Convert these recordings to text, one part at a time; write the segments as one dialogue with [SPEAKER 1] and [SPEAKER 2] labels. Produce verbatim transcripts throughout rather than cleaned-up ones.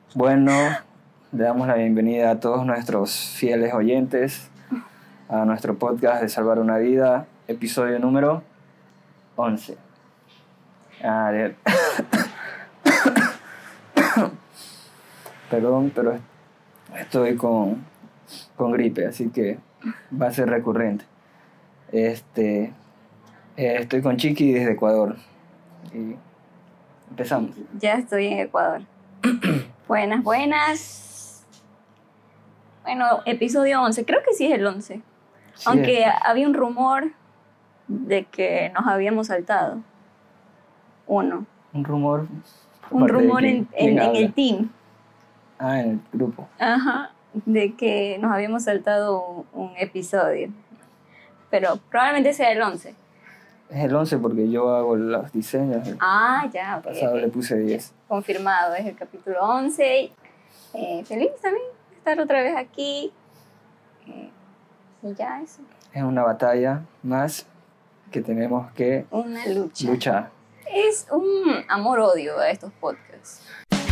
[SPEAKER 1] Bueno, le damos la bienvenida a todos nuestros fieles oyentes a nuestro podcast de Salvar una Vida, episodio número once. A ver. Perdón, pero estoy con, con gripe, así que va a ser recurrente. Este, eh, estoy con Chiqui desde Ecuador. Y empezamos.
[SPEAKER 2] Ya estoy en Ecuador. Buenas, buenas. Bueno, episodio once. Creo que sí es el once. Sí, aunque es. Había un rumor de que nos habíamos saltado. Uno.
[SPEAKER 1] Un rumor.
[SPEAKER 2] Un rumor en, en, en el team.
[SPEAKER 1] Ah, en el grupo.
[SPEAKER 2] Ajá. De que nos habíamos saltado un, un episodio. Pero probablemente sea el once.
[SPEAKER 1] Es el once porque yo hago los diseños.
[SPEAKER 2] Ah, ya. Okay,
[SPEAKER 1] pasado
[SPEAKER 2] okay.
[SPEAKER 1] Le puse diez.
[SPEAKER 2] Confirmado, es el capítulo once. Eh, feliz también de estar otra vez aquí. Eh, y ya eso.
[SPEAKER 1] Es una batalla más que tenemos que
[SPEAKER 2] una lucha.
[SPEAKER 1] luchar.
[SPEAKER 2] Es un amor-odio a estos podcasts.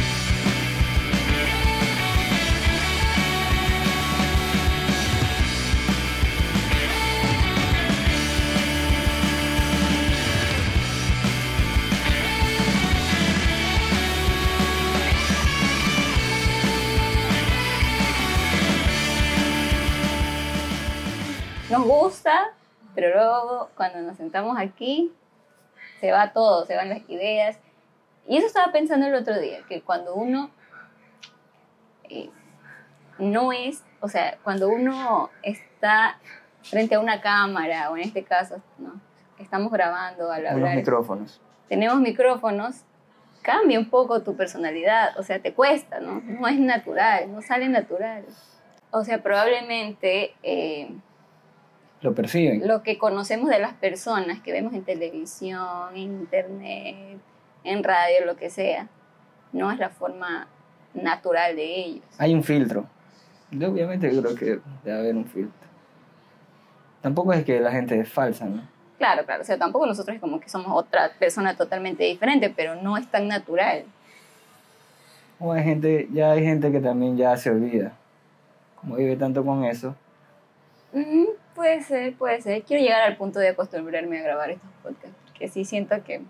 [SPEAKER 2] Nos gusta, pero luego cuando nos sentamos aquí se va todo, se van las ideas. Y eso estaba pensando el otro día, que cuando uno eh, no es, o sea, cuando uno está frente a una cámara, o en este caso, ¿no? Estamos grabando al hablar.
[SPEAKER 1] Unos micrófonos.
[SPEAKER 2] Tenemos micrófonos, cambia un poco tu personalidad, o sea, te cuesta, ¿no? No es natural, no sale natural. O sea, probablemente... Eh,
[SPEAKER 1] lo perciben.
[SPEAKER 2] Lo que conocemos de las personas que vemos en televisión, en internet, en radio, lo que sea, no es la forma natural de ellos.
[SPEAKER 1] Hay un filtro. Yo obviamente creo que debe haber un filtro. Tampoco es que la gente es falsa, ¿no?
[SPEAKER 2] Claro, claro. O sea, tampoco nosotros es como que somos otra persona totalmente diferente, pero no es tan natural.
[SPEAKER 1] O hay gente, ya hay gente que también ya se olvida. Como vive tanto con eso.
[SPEAKER 2] Mm, puede ser, puede ser. Quiero llegar al punto de acostumbrarme a grabar estos podcasts, porque sí siento que,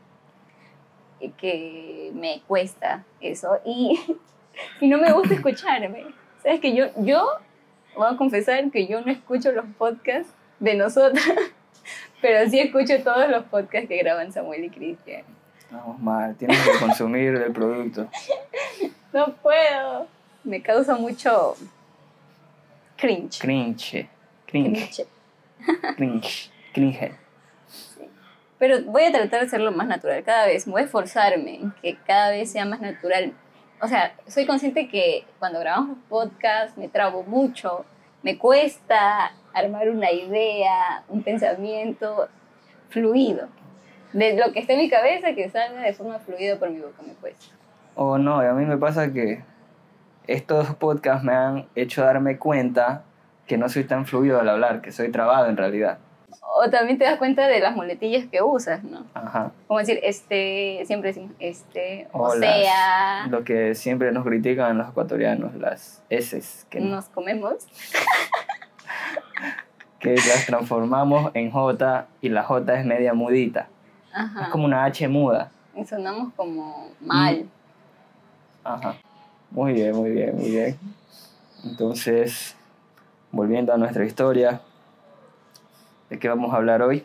[SPEAKER 2] que me cuesta eso y, y no me gusta escucharme. Sabes que yo, yo voy a confesar que yo no escucho los podcasts de nosotras, pero sí escucho todos los podcasts que graban Samuel y Cristian.
[SPEAKER 1] Estamos mal, tienes que consumir el producto.
[SPEAKER 2] No puedo. Me causa mucho cringe.
[SPEAKER 1] Cringe. Cringe. Cringe. Cringe.
[SPEAKER 2] Sí. Pero voy a tratar de hacerlo más natural cada vez. Voy a esforzarme en que cada vez sea más natural. O sea, soy consciente que cuando grabamos los podcasts me trabo mucho. Me cuesta armar una idea, un pensamiento fluido. De lo que está en mi cabeza, que salga de forma fluida por mi boca, me cuesta.
[SPEAKER 1] Oh, no, a mí me pasa que estos podcasts me han hecho darme cuenta que no soy tan fluido al hablar, que soy trabado en realidad.
[SPEAKER 2] O también te das cuenta de las muletillas que usas, ¿no?
[SPEAKER 1] Ajá.
[SPEAKER 2] Como decir, este, siempre decimos este, o,
[SPEAKER 1] o
[SPEAKER 2] sea...
[SPEAKER 1] Las, lo que siempre nos critican los ecuatorianos, las eses. Que
[SPEAKER 2] nos comemos.
[SPEAKER 1] Que las transformamos en J y la J es media mudita.
[SPEAKER 2] Ajá.
[SPEAKER 1] Es como una H muda.
[SPEAKER 2] Y sonamos como mal.
[SPEAKER 1] Mm. Ajá. Muy bien, muy bien, muy bien. Entonces... volviendo a nuestra historia, ¿de qué vamos a hablar hoy?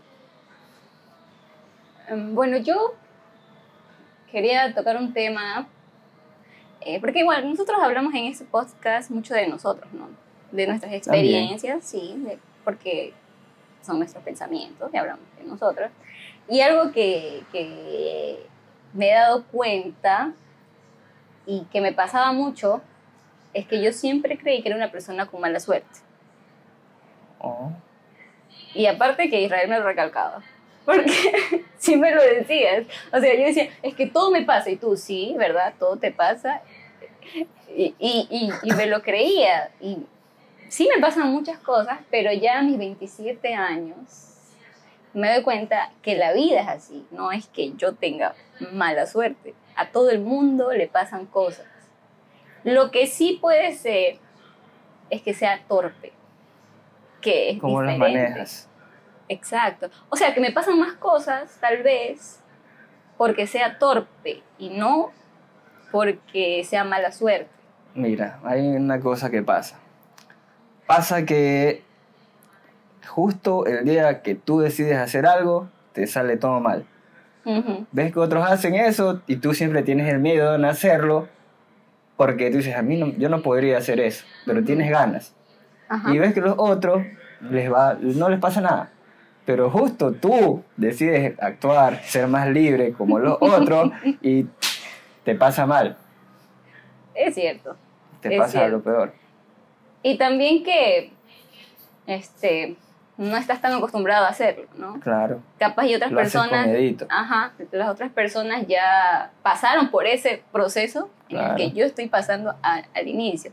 [SPEAKER 2] Bueno, yo quería tocar un tema, eh, porque igual nosotros hablamos en ese podcast mucho de nosotros, ¿no? De nuestras experiencias, también. Sí, de, porque son nuestros pensamientos y hablamos de nosotros. Y algo que, que me he dado cuenta y que me pasaba mucho es que yo siempre creí que era una persona con mala suerte.
[SPEAKER 1] Oh.
[SPEAKER 2] Y aparte que Israel me lo recalcaba, porque sí me lo decías. O sea, yo decía, es que todo me pasa, y tú, sí, ¿verdad? Todo te pasa. Y, y, y, y me lo creía. Y sí me pasan muchas cosas, pero ya a mis veintisiete años me doy cuenta que la vida es así. No es que yo tenga mala suerte. A todo el mundo le pasan cosas. Lo que sí puede ser es que sea torpe, que es
[SPEAKER 1] ¿Cómo las
[SPEAKER 2] diferente.
[SPEAKER 1] manejas?
[SPEAKER 2] Exacto. O sea, que me pasan más cosas, tal vez, porque sea torpe y no porque sea mala suerte.
[SPEAKER 1] Mira, hay una cosa que pasa. Pasa que justo el día que tú decides hacer algo, te sale todo mal.
[SPEAKER 2] Uh-huh.
[SPEAKER 1] Ves que otros hacen eso y tú siempre tienes el miedo de hacerlo porque tú dices, a mí no, yo no podría hacer eso, pero uh-huh. tienes ganas.
[SPEAKER 2] Ajá.
[SPEAKER 1] Y ves que los otros les va, no les pasa nada. Pero justo tú decides actuar, ser más libre como los otros y te pasa mal.
[SPEAKER 2] Es cierto.
[SPEAKER 1] Te
[SPEAKER 2] es
[SPEAKER 1] pasa
[SPEAKER 2] cierto.
[SPEAKER 1] lo peor.
[SPEAKER 2] Y también que este, no estás tan acostumbrado a hacerlo, ¿no?
[SPEAKER 1] Claro.
[SPEAKER 2] Capaz y otras
[SPEAKER 1] lo haces
[SPEAKER 2] personas,
[SPEAKER 1] con miedito.
[SPEAKER 2] ajá, las otras personas ya pasaron por ese proceso
[SPEAKER 1] Claro.
[SPEAKER 2] en el que yo estoy pasando a, al inicio.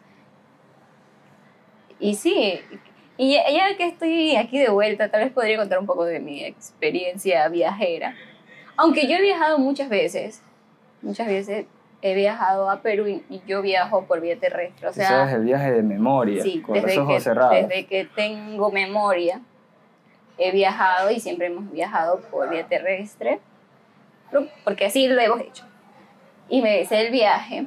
[SPEAKER 2] Y sí, y ya, ya que estoy aquí de vuelta, tal vez podría contar un poco de mi experiencia viajera. Aunque yo he viajado muchas veces, muchas veces he viajado a Perú y, y yo viajo por vía terrestre. O sea,
[SPEAKER 1] eso es el viaje de memoria,
[SPEAKER 2] sí,
[SPEAKER 1] con los
[SPEAKER 2] desde
[SPEAKER 1] ojos
[SPEAKER 2] que,
[SPEAKER 1] cerrados.
[SPEAKER 2] desde que tengo memoria he viajado y siempre hemos viajado por vía terrestre, porque así lo hemos hecho. Y me hice el viaje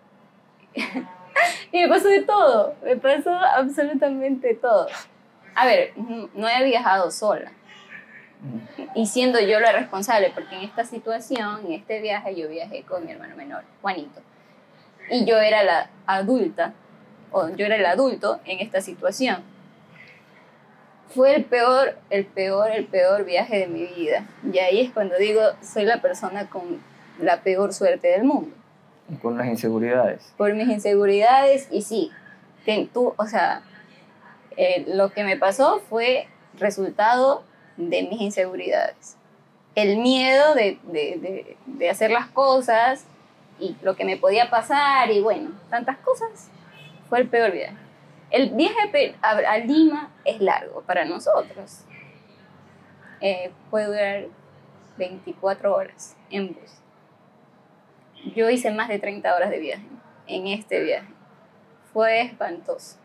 [SPEAKER 2] y me pasó de todo, me pasó absolutamente todo. A ver, no he viajado sola y siendo yo la responsable, porque en esta situación, en este viaje, yo viajé con mi hermano menor, Juanito, y yo era la adulta, o yo era el adulto en esta situación. Fue el peor, el peor, el peor viaje de mi vida. Y ahí es cuando digo, soy la persona con la peor suerte del mundo.
[SPEAKER 1] Con las inseguridades.
[SPEAKER 2] Por mis inseguridades, y sí, que tú, o sea, eh, lo que me pasó fue resultado de mis inseguridades. El miedo de, de, de, de hacer las cosas y lo que me podía pasar y bueno, tantas cosas, fue el peor viaje. El viaje a, a Lima es largo para nosotros. Eh, puede durar veinticuatro horas en bus. Yo hice más de treinta horas de viaje en este viaje. Fue espantoso.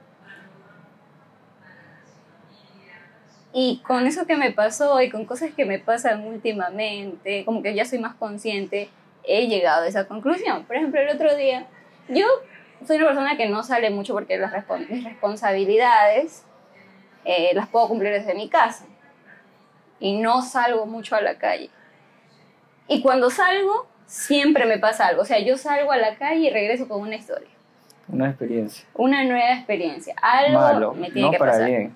[SPEAKER 2] Y con eso que me pasó y con cosas que me pasan últimamente, como que ya soy más consciente, he llegado a esa conclusión. Por ejemplo, el otro día, yo soy una persona que no sale mucho porque las respons- mis responsabilidades eh, las puedo cumplir desde mi casa. Y no salgo mucho a la calle. Y cuando salgo, siempre me pasa algo. O sea, yo salgo a la calle y regreso con una historia.
[SPEAKER 1] Una experiencia.
[SPEAKER 2] Una nueva experiencia. Algo
[SPEAKER 1] malo,
[SPEAKER 2] me tiene
[SPEAKER 1] no
[SPEAKER 2] que
[SPEAKER 1] para
[SPEAKER 2] pasar.
[SPEAKER 1] bien.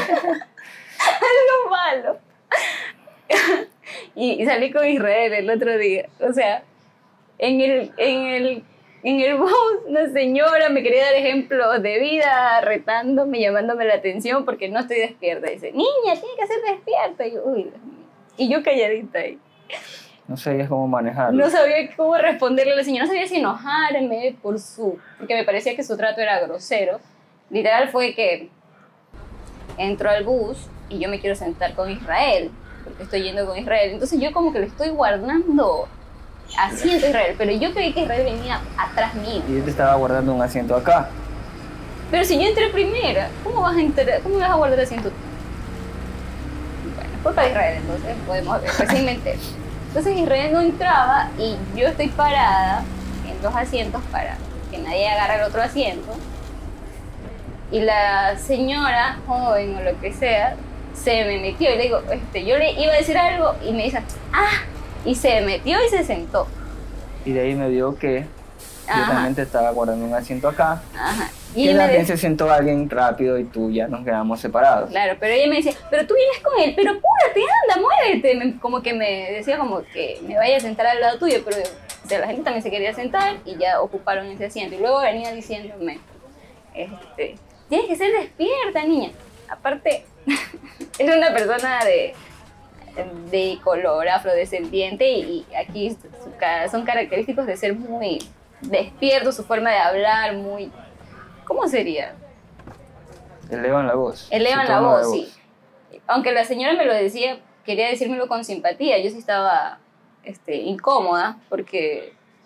[SPEAKER 2] Algo malo. y, y salí con Israel el otro día. O sea, en el, en el, en el bus, una señora me quería dar ejemplos de vida, retándome, llamándome la atención porque no estoy despierta. Dice, niña, tiene que ser despierta. Y yo, uy, Dios mío. Y yo calladita ahí.
[SPEAKER 1] No sabías cómo manejarlo.
[SPEAKER 2] No sabía cómo responderle a la señora, no sabía si enojarme por su, porque me parecía que su trato era grosero. Literal fue que entro al bus y yo me quiero sentar con Israel, porque estoy yendo con Israel. Entonces yo como que le estoy guardando asiento a Israel, pero yo creí que Israel venía atrás mío.
[SPEAKER 1] Y él te estaba guardando un asiento acá.
[SPEAKER 2] Pero si yo entré primera, ¿cómo vas a, entrar, cómo vas a guardar asiento tú? Bueno, es culpa de Israel, entonces podemos ver, recién me entero. Entonces Israel no entraba y yo estoy parada en dos asientos para que nadie agarre el otro asiento. Y la señora, joven o lo que sea, se me metió y le digo, este, yo le iba a decir algo y me dice, ¡ah! Y se metió y se sentó.
[SPEAKER 1] Y de ahí me dio que
[SPEAKER 2] Ajá.
[SPEAKER 1] yo también te estaba guardando un asiento acá.
[SPEAKER 2] Ajá. Y
[SPEAKER 1] que
[SPEAKER 2] ella me
[SPEAKER 1] también
[SPEAKER 2] decía,
[SPEAKER 1] se sentó alguien rápido y tú ya nos quedamos separados.
[SPEAKER 2] claro, pero ella me decía, pero tú vienes con él, pero apúrate, anda, muévete. Me- como que me decía como que me vaya a sentar al lado tuyo, pero o sea, la gente también se quería sentar y ya ocuparon ese asiento. Y luego venía diciéndome, este, tienes que ser despierta, niña. Aparte, es una persona de, de color afrodescendiente y, y aquí su ca- son característicos de ser muy despierto, su forma de hablar, muy... ¿Cómo sería?
[SPEAKER 1] Elevan la voz.
[SPEAKER 2] Elevan
[SPEAKER 1] su
[SPEAKER 2] la
[SPEAKER 1] tono de
[SPEAKER 2] voz, sí. Aunque la señora me lo decía, quería decírmelo con simpatía. Yo sí estaba este, incómoda porque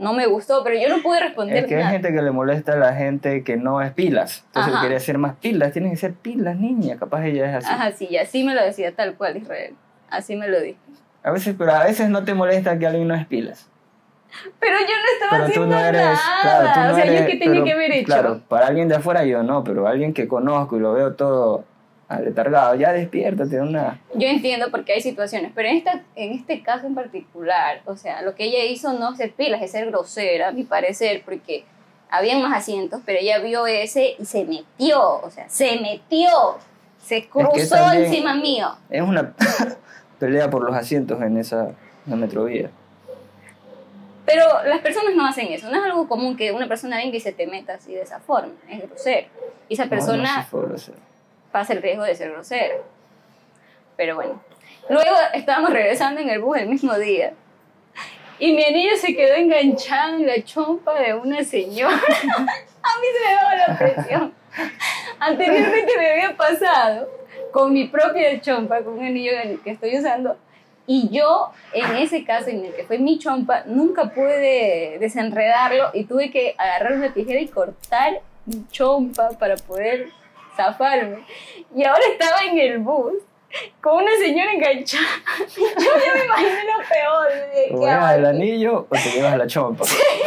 [SPEAKER 2] no me gustó, pero yo no pude responder
[SPEAKER 1] Es que
[SPEAKER 2] nada.
[SPEAKER 1] hay gente que le molesta a la gente que no es pilas. Entonces
[SPEAKER 2] Ajá.
[SPEAKER 1] quería ser más pilas. Tienen que ser pilas, niña. Capaz ella es así.
[SPEAKER 2] Ajá, sí, y así me lo decía tal cual Israel. Así me lo dijo.
[SPEAKER 1] A veces, pero a veces no te molesta que alguien no es pilas.
[SPEAKER 2] Pero yo no estaba
[SPEAKER 1] Pero tú
[SPEAKER 2] haciendo
[SPEAKER 1] no eres,
[SPEAKER 2] nada.
[SPEAKER 1] claro, tú no
[SPEAKER 2] o sea,
[SPEAKER 1] eres,
[SPEAKER 2] ¿yo qué tenía
[SPEAKER 1] pero,
[SPEAKER 2] que haber hecho?
[SPEAKER 1] Claro, para alguien de afuera yo no, pero alguien que conozco y lo veo todo aletargado, ya despiértate una...
[SPEAKER 2] Yo entiendo porque hay situaciones, pero en, esta, en este caso en particular, o sea, lo que ella hizo no es ser pilas, es ser grosera, a mi parecer, porque habían más asientos, pero ella vio ese y se metió, o sea, se metió, se cruzó
[SPEAKER 1] también
[SPEAKER 2] encima mío.
[SPEAKER 1] Es una pelea por los asientos en esa en la metrovía.
[SPEAKER 2] Pero las personas no hacen eso, no es algo común que una persona venga y se te meta así de esa forma, es grosero. Y esa persona...
[SPEAKER 1] No, no, sí fue grosero.
[SPEAKER 2] pasa el riesgo de ser grosero. Pero bueno. Luego estábamos regresando en el bus el mismo día. Y mi anillo se quedó enganchado en la chompa de una señora. A mí se me daba la presión. Anteriormente me había pasado con mi propia chompa, con un anillo que estoy usando. Y yo, en ese caso en el que fue mi chompa, nunca pude desenredarlo y tuve que agarrar una tijera y cortar mi chompa para poder zafarme. Y ahora estaba en el bus con una señora enganchada. Yo ya me imaginé lo peor.
[SPEAKER 1] ¿O dejas el anillo o te llevas la chompa?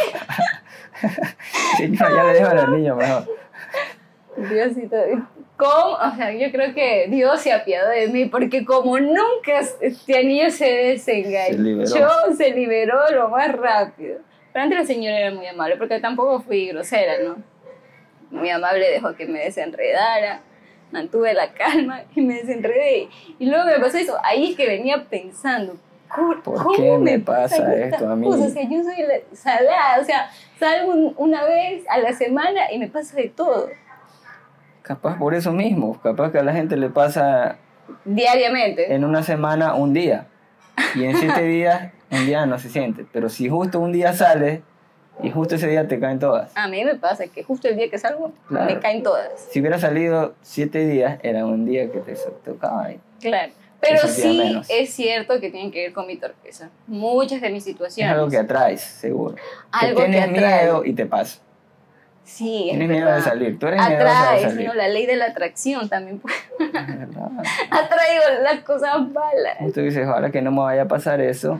[SPEAKER 1] Señora, ya le dejo el anillo mejor.
[SPEAKER 2] Diosito, ¿cómo? O sea, yo creo que Dios se apiadó de mí porque como nunca este anillo se desenganchó,
[SPEAKER 1] Se liberó.
[SPEAKER 2] se liberó lo más rápido. Pero antes la señora era muy amable porque tampoco fui grosera, ¿no? Muy amable, dejó que me desenredara, mantuve la calma y me desenredé. Y luego me pasó eso. Ahí es que venía pensando, ¿cómo,
[SPEAKER 1] ¿Por
[SPEAKER 2] cómo
[SPEAKER 1] qué
[SPEAKER 2] me
[SPEAKER 1] me pasa
[SPEAKER 2] pasan
[SPEAKER 1] esto
[SPEAKER 2] estas
[SPEAKER 1] a mí?
[SPEAKER 2] cosas? O sea, yo soy la salada, o sea, salgo un- una vez a la semana y me pasa de todo.
[SPEAKER 1] Capaz por eso mismo, capaz que a la gente le pasa
[SPEAKER 2] Diariamente.
[SPEAKER 1] en una semana un día. Y en siete días, un día no se siente. Pero si justo un día sales y justo ese día te caen todas.
[SPEAKER 2] A mí me pasa que justo el día que salgo
[SPEAKER 1] Claro.
[SPEAKER 2] me caen todas.
[SPEAKER 1] Si hubiera salido siete días, era un día que te tocaba ahí.
[SPEAKER 2] Claro. Pero
[SPEAKER 1] Te sentías
[SPEAKER 2] sí
[SPEAKER 1] menos.
[SPEAKER 2] es cierto que tienen que ver con mi torpeza. Muchas de mis
[SPEAKER 1] Es
[SPEAKER 2] situaciones.
[SPEAKER 1] algo que atraes, seguro.
[SPEAKER 2] Algo
[SPEAKER 1] que
[SPEAKER 2] que
[SPEAKER 1] tienes
[SPEAKER 2] atrae.
[SPEAKER 1] miedo y te pasa.
[SPEAKER 2] Sí, es
[SPEAKER 1] Tienes miedo
[SPEAKER 2] verdad.
[SPEAKER 1] de salir. Tú eres miedosa de
[SPEAKER 2] Atraes,
[SPEAKER 1] salir.
[SPEAKER 2] ¿no? La ley de la atracción también puede.
[SPEAKER 1] Es verdad.
[SPEAKER 2] Atraigo las cosas malas.
[SPEAKER 1] Y tú dices, ahora que no me vaya a pasar eso.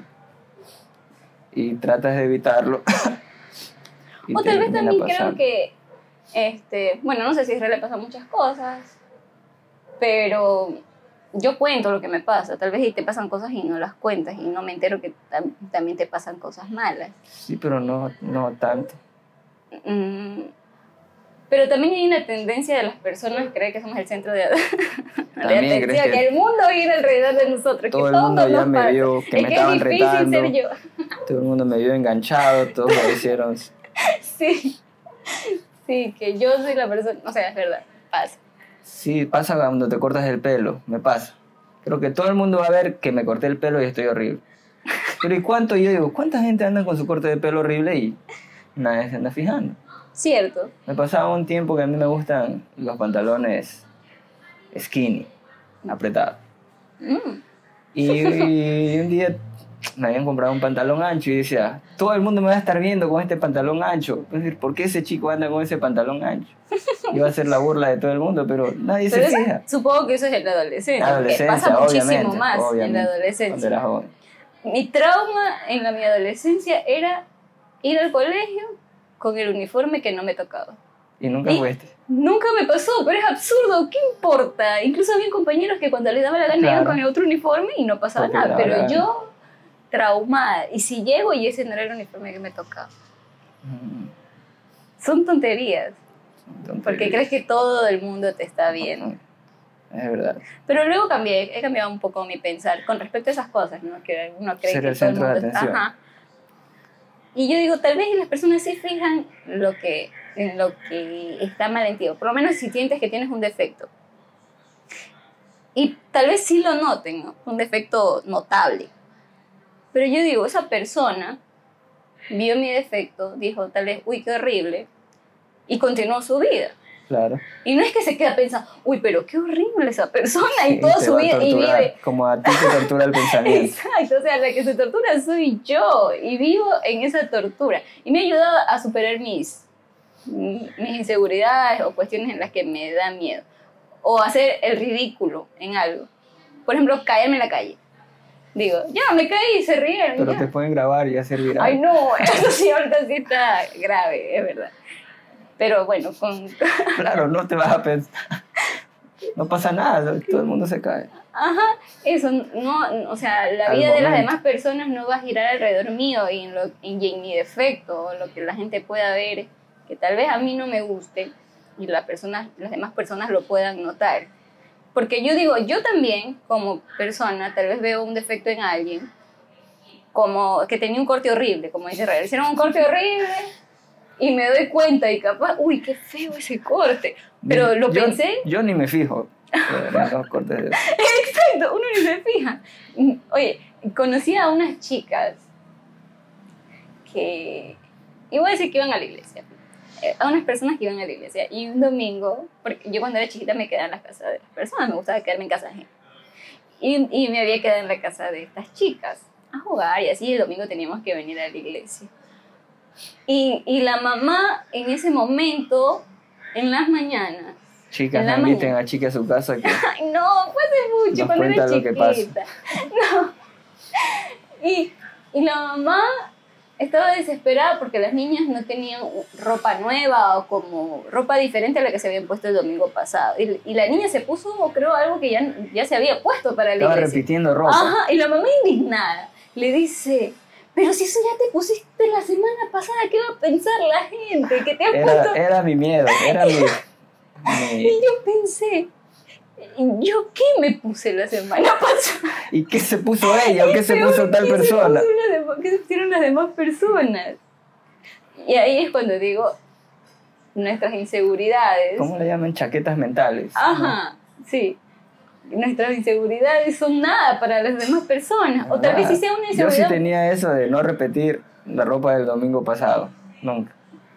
[SPEAKER 1] Y tratas de evitarlo. y
[SPEAKER 2] O
[SPEAKER 1] te
[SPEAKER 2] tal vez
[SPEAKER 1] termina
[SPEAKER 2] también creo
[SPEAKER 1] pasando.
[SPEAKER 2] que, este, bueno, no sé si a Israel le pasan muchas cosas, pero yo cuento lo que me pasa. Tal vez y te pasan cosas y no las cuentas y no me entero que tam- también te pasan cosas malas.
[SPEAKER 1] Sí, pero no, no tanto.
[SPEAKER 2] Mm, pero también hay una tendencia de las personas a creer que somos el centro de, de
[SPEAKER 1] También
[SPEAKER 2] atención,
[SPEAKER 1] crees
[SPEAKER 2] que,
[SPEAKER 1] que
[SPEAKER 2] el mundo gira alrededor de nosotros,
[SPEAKER 1] todo
[SPEAKER 2] que
[SPEAKER 1] el
[SPEAKER 2] todo
[SPEAKER 1] mundo
[SPEAKER 2] nos
[SPEAKER 1] ya me
[SPEAKER 2] pasa.
[SPEAKER 1] vio, que
[SPEAKER 2] es
[SPEAKER 1] me
[SPEAKER 2] que
[SPEAKER 1] estaban
[SPEAKER 2] es difícil
[SPEAKER 1] retando.
[SPEAKER 2] ser yo.
[SPEAKER 1] Todo el mundo me vio enganchado, todos me hicieron.
[SPEAKER 2] Sí, sí, que yo soy la persona, o sea, es verdad, pasa.
[SPEAKER 1] Sí, pasa cuando te cortas el pelo, me pasa. Creo que todo el mundo va a ver que me corté el pelo y estoy horrible. Pero ¿y cuánto? Yo digo, ¿cuánta gente anda con su corte de pelo horrible y nadie se anda fijando?
[SPEAKER 2] Cierto.
[SPEAKER 1] Me pasaba un tiempo que a mí me gustan los pantalones skinny, apretados.
[SPEAKER 2] Mm.
[SPEAKER 1] Y, y un día me habían comprado un pantalón ancho y decía, todo el mundo me va a estar viendo con este pantalón ancho. Es decir, ¿por qué ese chico anda con ese pantalón ancho? Iba a ser la burla de todo el mundo, pero nadie
[SPEAKER 2] Pero
[SPEAKER 1] se
[SPEAKER 2] eso-
[SPEAKER 1] fija.
[SPEAKER 2] supongo que eso es en la adolescencia.
[SPEAKER 1] Adolescencia,
[SPEAKER 2] que pasa muchísimo
[SPEAKER 1] obviamente,
[SPEAKER 2] más
[SPEAKER 1] obviamente,
[SPEAKER 2] en la
[SPEAKER 1] cuando
[SPEAKER 2] adolescencia.
[SPEAKER 1] era joven.
[SPEAKER 2] Mi trauma en la, mi adolescencia era ir al colegio con el uniforme que no me tocaba.
[SPEAKER 1] Y nunca
[SPEAKER 2] ¿Y?
[SPEAKER 1] fuiste.
[SPEAKER 2] Nunca me pasó, pero es absurdo, ¿qué importa? Incluso había compañeros que cuando les daba la gana
[SPEAKER 1] Claro.
[SPEAKER 2] iban con el otro uniforme y no pasaba
[SPEAKER 1] Porque
[SPEAKER 2] nada,
[SPEAKER 1] le daba
[SPEAKER 2] pero
[SPEAKER 1] la gana.
[SPEAKER 2] yo traumada, y si llego y ese no era el uniforme que me tocaba.
[SPEAKER 1] Mm,
[SPEAKER 2] Son tonterías,
[SPEAKER 1] entonces,
[SPEAKER 2] porque crees que todo el mundo te está viendo.
[SPEAKER 1] Es verdad.
[SPEAKER 2] Pero luego cambié, he cambiado un poco mi pensar con respecto a esas cosas, ¿no? Que uno cree
[SPEAKER 1] Ser
[SPEAKER 2] que
[SPEAKER 1] el
[SPEAKER 2] todo el
[SPEAKER 1] centro de
[SPEAKER 2] mundo
[SPEAKER 1] atención.
[SPEAKER 2] Ajá. Y yo digo, tal vez las personas sí fijan lo que, en lo que está mal en ti, o por lo menos si sientes que tienes un defecto. Y tal vez sí lo noten, ¿no? Un defecto notable. Pero yo digo, esa persona vio mi defecto, dijo tal vez, uy, qué horrible, y continuó su vida.
[SPEAKER 1] Claro.
[SPEAKER 2] Y no es que se queda pensando, uy, pero qué horrible esa persona
[SPEAKER 1] Sí,
[SPEAKER 2] y toda
[SPEAKER 1] te
[SPEAKER 2] su
[SPEAKER 1] va a
[SPEAKER 2] vida y
[SPEAKER 1] torturar,
[SPEAKER 2] vive.
[SPEAKER 1] como a ti te tortura el pensamiento.
[SPEAKER 2] Exacto, o sea, la que se tortura soy yo y vivo en esa tortura. Y me ha ayudado a superar mis, mis inseguridades o cuestiones en las que me da miedo. O hacer el ridículo en algo. Por ejemplo, caerme en la calle. Digo, ya, me caí y se rieron.
[SPEAKER 1] Pero
[SPEAKER 2] ya.
[SPEAKER 1] te pueden grabar y hacer viral.
[SPEAKER 2] Ay, no, eso sí, ahorita sí está grave, es verdad. Pero bueno, con...
[SPEAKER 1] Claro, no te vas a pensar. No pasa nada, todo el mundo se cae.
[SPEAKER 2] Ajá, eso, no, o sea, la
[SPEAKER 1] Al
[SPEAKER 2] vida de las
[SPEAKER 1] momento.
[SPEAKER 2] demás personas no va a girar alrededor mío y en, lo, y en mi defecto, o lo que la gente pueda ver, que tal vez a mí no me guste y las personas, las demás personas lo puedan notar. Porque yo digo, yo también, como persona, tal vez veo un defecto en alguien, como que tenía un corte horrible, como dice Israel, hicieron un corte horrible y me doy cuenta y capaz, uy, qué feo ese corte, pero lo
[SPEAKER 1] yo,
[SPEAKER 2] pensé.
[SPEAKER 1] Yo ni me fijo en los cortes de...
[SPEAKER 2] Exacto, uno ni se fija. Oye, conocí a unas chicas que, y voy a decir que iban a la iglesia, a unas personas que iban a la iglesia, y un domingo, porque yo cuando era chiquita me quedaba en la casa de las personas, me gustaba quedarme en casa ajena, y, y me había quedado en la casa de estas chicas a jugar, y así el domingo teníamos que venir a la iglesia. Y, y la mamá en ese momento, en las mañanas,
[SPEAKER 1] Chicas,
[SPEAKER 2] en la
[SPEAKER 1] no inviten
[SPEAKER 2] mañana.
[SPEAKER 1] a chicas a su casa que...
[SPEAKER 2] Ay, no, fue hace mucho,
[SPEAKER 1] Nos
[SPEAKER 2] cuando era
[SPEAKER 1] cuenta lo que
[SPEAKER 2] chiquita. No. Y, y la mamá estaba desesperada porque las niñas no tenían ropa nueva o como ropa diferente a la que se habían puesto el domingo pasado. Y, y la niña se puso, creo, algo que ya, ya se había puesto para la
[SPEAKER 1] Estaba
[SPEAKER 2] iglesia.
[SPEAKER 1] repitiendo ropa.
[SPEAKER 2] Ajá, y la mamá indignada le dice, pero si eso ya te pusiste la semana pasada, ¿qué va a pensar la gente? Que te has
[SPEAKER 1] Era,
[SPEAKER 2] puesto...
[SPEAKER 1] era mi miedo, era mi... mi-
[SPEAKER 2] Y yo pensé, ¿yo qué me puse la semana pasada?
[SPEAKER 1] ¿Y qué se puso ella o qué se
[SPEAKER 2] Peor,
[SPEAKER 1] puso tal
[SPEAKER 2] ¿qué se
[SPEAKER 1] persona?
[SPEAKER 2] puso la demás- ¿Qué se pusieron las demás personas? Y ahí es cuando digo, nuestras inseguridades...
[SPEAKER 1] ¿Cómo le llaman? Chaquetas mentales.
[SPEAKER 2] Ajá, sí. Nuestras inseguridades son nada para las demás personas. O tal vez sí sea una
[SPEAKER 1] Yo
[SPEAKER 2] inseguridad...
[SPEAKER 1] sí tenía eso de no repetir la ropa del domingo pasado. Nunca.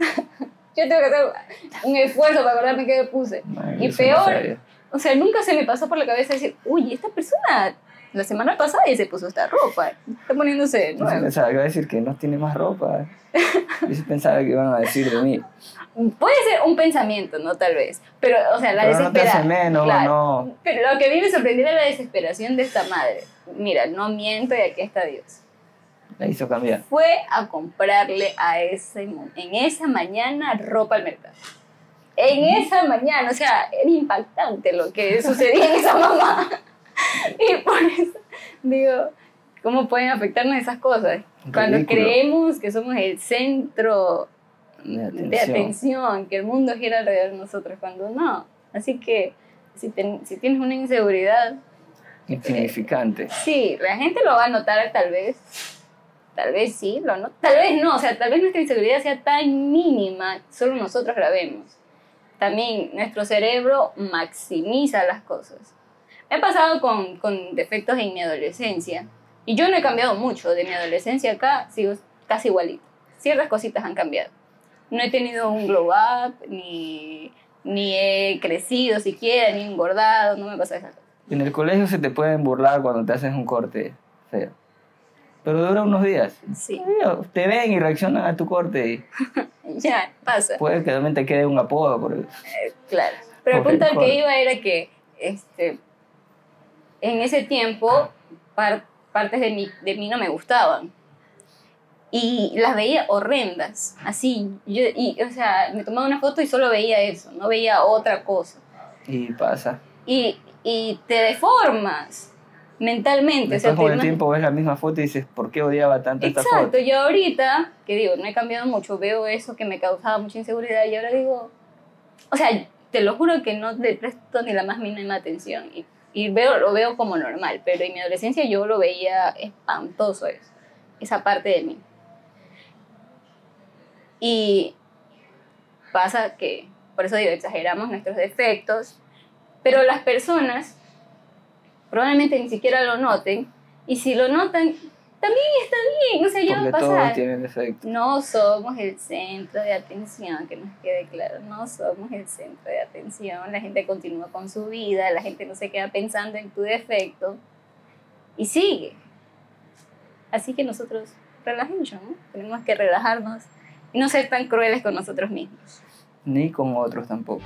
[SPEAKER 2] Yo tengo que hacer un esfuerzo para acordarme qué me puse.
[SPEAKER 1] Ay,
[SPEAKER 2] Y
[SPEAKER 1] eso no
[SPEAKER 2] peor,
[SPEAKER 1] sabía.
[SPEAKER 2] o sea, nunca se me pasó por la cabeza decir, uy, esta persona la semana pasada ya se puso esta ropa, está poniéndose de
[SPEAKER 1] Yo sí
[SPEAKER 2] nuevo.
[SPEAKER 1] pensaba que iba a decir que no tiene más ropa. Yo sí pensaba que iban a decir de mí.
[SPEAKER 2] Puede ser un pensamiento, ¿no? Tal vez. Pero, o sea, la
[SPEAKER 1] Pero no te hace
[SPEAKER 2] desesperación.
[SPEAKER 1] menos, no.
[SPEAKER 2] Pero lo que a mí me sorprendió era la desesperación de esta madre. Mira, no miento y aquí está Dios.
[SPEAKER 1] La hizo cambiar.
[SPEAKER 2] Fue a comprarle a ese, mo- en esa mañana ropa al mercado. En esa mañana, o sea, era impactante lo que sucedía en esa mamá. Y por eso digo, ¿cómo pueden afectarnos esas cosas? Cuando
[SPEAKER 1] Ridículo.
[SPEAKER 2] creemos que somos el centro
[SPEAKER 1] De atención.
[SPEAKER 2] de atención, que el mundo gira alrededor de nosotros, cuando no. Así que si, ten- si tienes una inseguridad,
[SPEAKER 1] Insignificante.
[SPEAKER 2] sí, la gente lo va a notar tal vez, tal vez sí, lo no, tal vez no, o sea, tal vez nuestra inseguridad sea tan mínima, solo nosotros la vemos. También nuestro cerebro maximiza las cosas. Me ha pasado con, con defectos en mi adolescencia, y yo no he cambiado mucho de mi adolescencia acá, sigo casi igualito. Ciertas cositas han cambiado. No he tenido un glow up, ni, ni he crecido siquiera, ni engordado, no me pasa esas cosas.
[SPEAKER 1] En el colegio se te pueden burlar cuando te haces un corte feo. Pero dura unos días.
[SPEAKER 2] Sí,
[SPEAKER 1] Te ven y reaccionan a tu corte y
[SPEAKER 2] ya, pasa.
[SPEAKER 1] puede que también te quede un apodo por el...
[SPEAKER 2] Claro. Pero el
[SPEAKER 1] Por el
[SPEAKER 2] punto al
[SPEAKER 1] corte.
[SPEAKER 2] que iba era que este, en ese tiempo par- partes de mí, de mí no me gustaban. Y las veía horrendas, así. Yo, y, o sea, me tomaba una foto y solo veía eso, no veía otra cosa.
[SPEAKER 1] Y pasa.
[SPEAKER 2] Y, y te deformas mentalmente.
[SPEAKER 1] Después
[SPEAKER 2] o sea,
[SPEAKER 1] con
[SPEAKER 2] te
[SPEAKER 1] el
[SPEAKER 2] ima-
[SPEAKER 1] tiempo ves la misma foto y dices, ¿por qué odiaba tanto esta
[SPEAKER 2] Exacto,
[SPEAKER 1] foto?
[SPEAKER 2] yo ahorita, que digo, no he cambiado mucho, veo eso que me causaba mucha inseguridad y ahora digo, o sea, te lo juro que no le presto ni la más mínima atención y, y veo, lo veo como normal, pero en mi adolescencia yo lo veía espantoso eso, esa parte de mí. Y pasa que, por eso digo, exageramos nuestros defectos, pero las personas probablemente ni siquiera lo noten, y si lo notan, También está bien, o sea, ya va a
[SPEAKER 1] Porque
[SPEAKER 2] pasar.
[SPEAKER 1] todos tienen defectos.
[SPEAKER 2] No somos el centro de atención, que nos quede claro, no somos el centro de atención. La gente continúa con su vida, la gente no se queda pensando en tu defecto y sigue. Así que nosotros relajemos, ¿no? Tenemos que relajarnos y no ser tan crueles con nosotros mismos.
[SPEAKER 1] Ni con otros tampoco.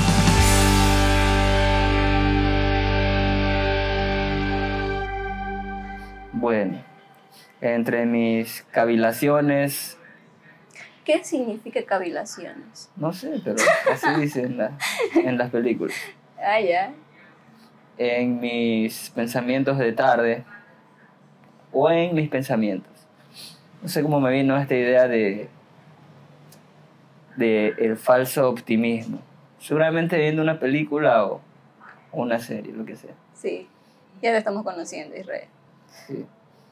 [SPEAKER 1] Bueno, entre mis cavilaciones,
[SPEAKER 2] ¿Qué significa cavilaciones?
[SPEAKER 1] no sé, pero así dice en, la- en las películas.
[SPEAKER 2] Ah, ya.
[SPEAKER 1] En mis pensamientos de tarde o en mis pensamientos. No sé cómo me vino esta idea de, de el falso optimismo. Seguramente viendo una película o una serie, lo que sea.
[SPEAKER 2] Sí, ya lo estamos conociendo, Israel.
[SPEAKER 1] Sí.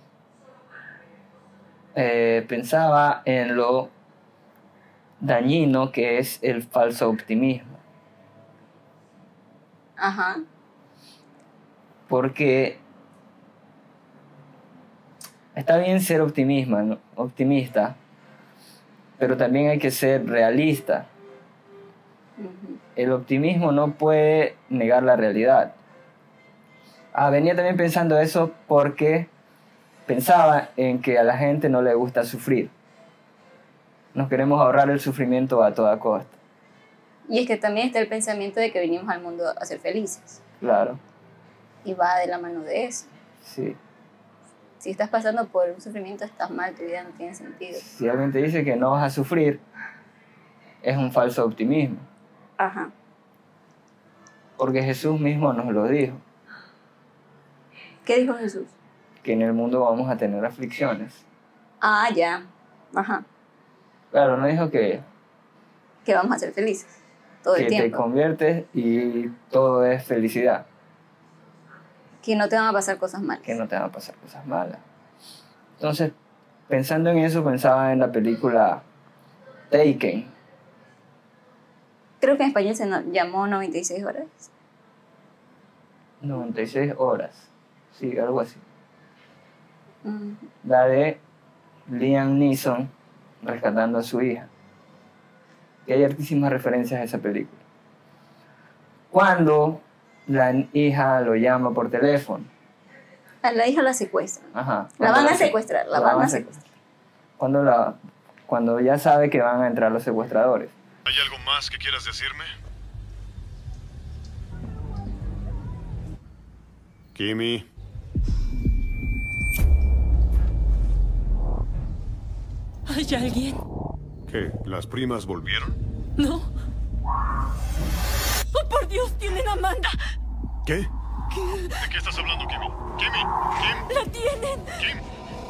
[SPEAKER 1] Eh, pensaba en lo dañino que es el falso optimismo.
[SPEAKER 2] Ajá.
[SPEAKER 1] Porque está bien ser optimista, ¿no? optimista, pero también hay que ser realista.
[SPEAKER 2] Ujú.
[SPEAKER 1] El optimismo no puede negar la realidad. Ah, venía también pensando eso porque pensaba en que a la gente no le gusta sufrir. Nos queremos ahorrar el sufrimiento a toda costa.
[SPEAKER 2] Y es que también está el pensamiento de que venimos al mundo a ser felices.
[SPEAKER 1] Claro,
[SPEAKER 2] Y va de la mano de eso.
[SPEAKER 1] sí.
[SPEAKER 2] Si estás pasando por un sufrimiento, estás mal, tu vida no tiene sentido.
[SPEAKER 1] Si alguien te dice que no vas a sufrir, es un falso optimismo.
[SPEAKER 2] Ajá.
[SPEAKER 1] Porque Jesús mismo nos lo dijo,
[SPEAKER 2] ¿Qué dijo Jesús?
[SPEAKER 1] que en el mundo vamos a tener aflicciones.
[SPEAKER 2] Ah, ya. Ajá.
[SPEAKER 1] Claro, no dijo que,
[SPEAKER 2] Que vamos a ser felices. Todo
[SPEAKER 1] que
[SPEAKER 2] el
[SPEAKER 1] te
[SPEAKER 2] tiempo.
[SPEAKER 1] conviertes y todo es felicidad,
[SPEAKER 2] Que no te van a pasar cosas malas.
[SPEAKER 1] que no te van a pasar cosas malas. Entonces, pensando en eso, pensaba en la película Taken.
[SPEAKER 2] Creo que en español se no- llamó noventa y seis horas.
[SPEAKER 1] noventa y seis horas. Sí, algo así.
[SPEAKER 2] Mm.
[SPEAKER 1] La de Liam Neeson rescatando a su hija. Y hay hartísimas referencias a esa película. Cuando la hija lo llama por teléfono.
[SPEAKER 2] A la hija la secuestran.
[SPEAKER 1] Ajá.
[SPEAKER 2] La
[SPEAKER 1] Cuando
[SPEAKER 2] van a secuestrar, la van a
[SPEAKER 1] sec-
[SPEAKER 2] secuestrar.
[SPEAKER 1] Cuando, la, cuando ya sabe que van a entrar los secuestradores.
[SPEAKER 3] ¿Hay algo más que quieras decirme? Kimi,
[SPEAKER 4] ¿Hay alguien?
[SPEAKER 3] ¿qué? ¿Las primas volvieron?
[SPEAKER 4] No. ¡Oh, por Dios! ¡Tienen a Amanda!
[SPEAKER 3] ¿Qué? ¿De qué estás hablando, Kimi? Kimi, Kim,
[SPEAKER 4] ¡La tienen!
[SPEAKER 3] Kim.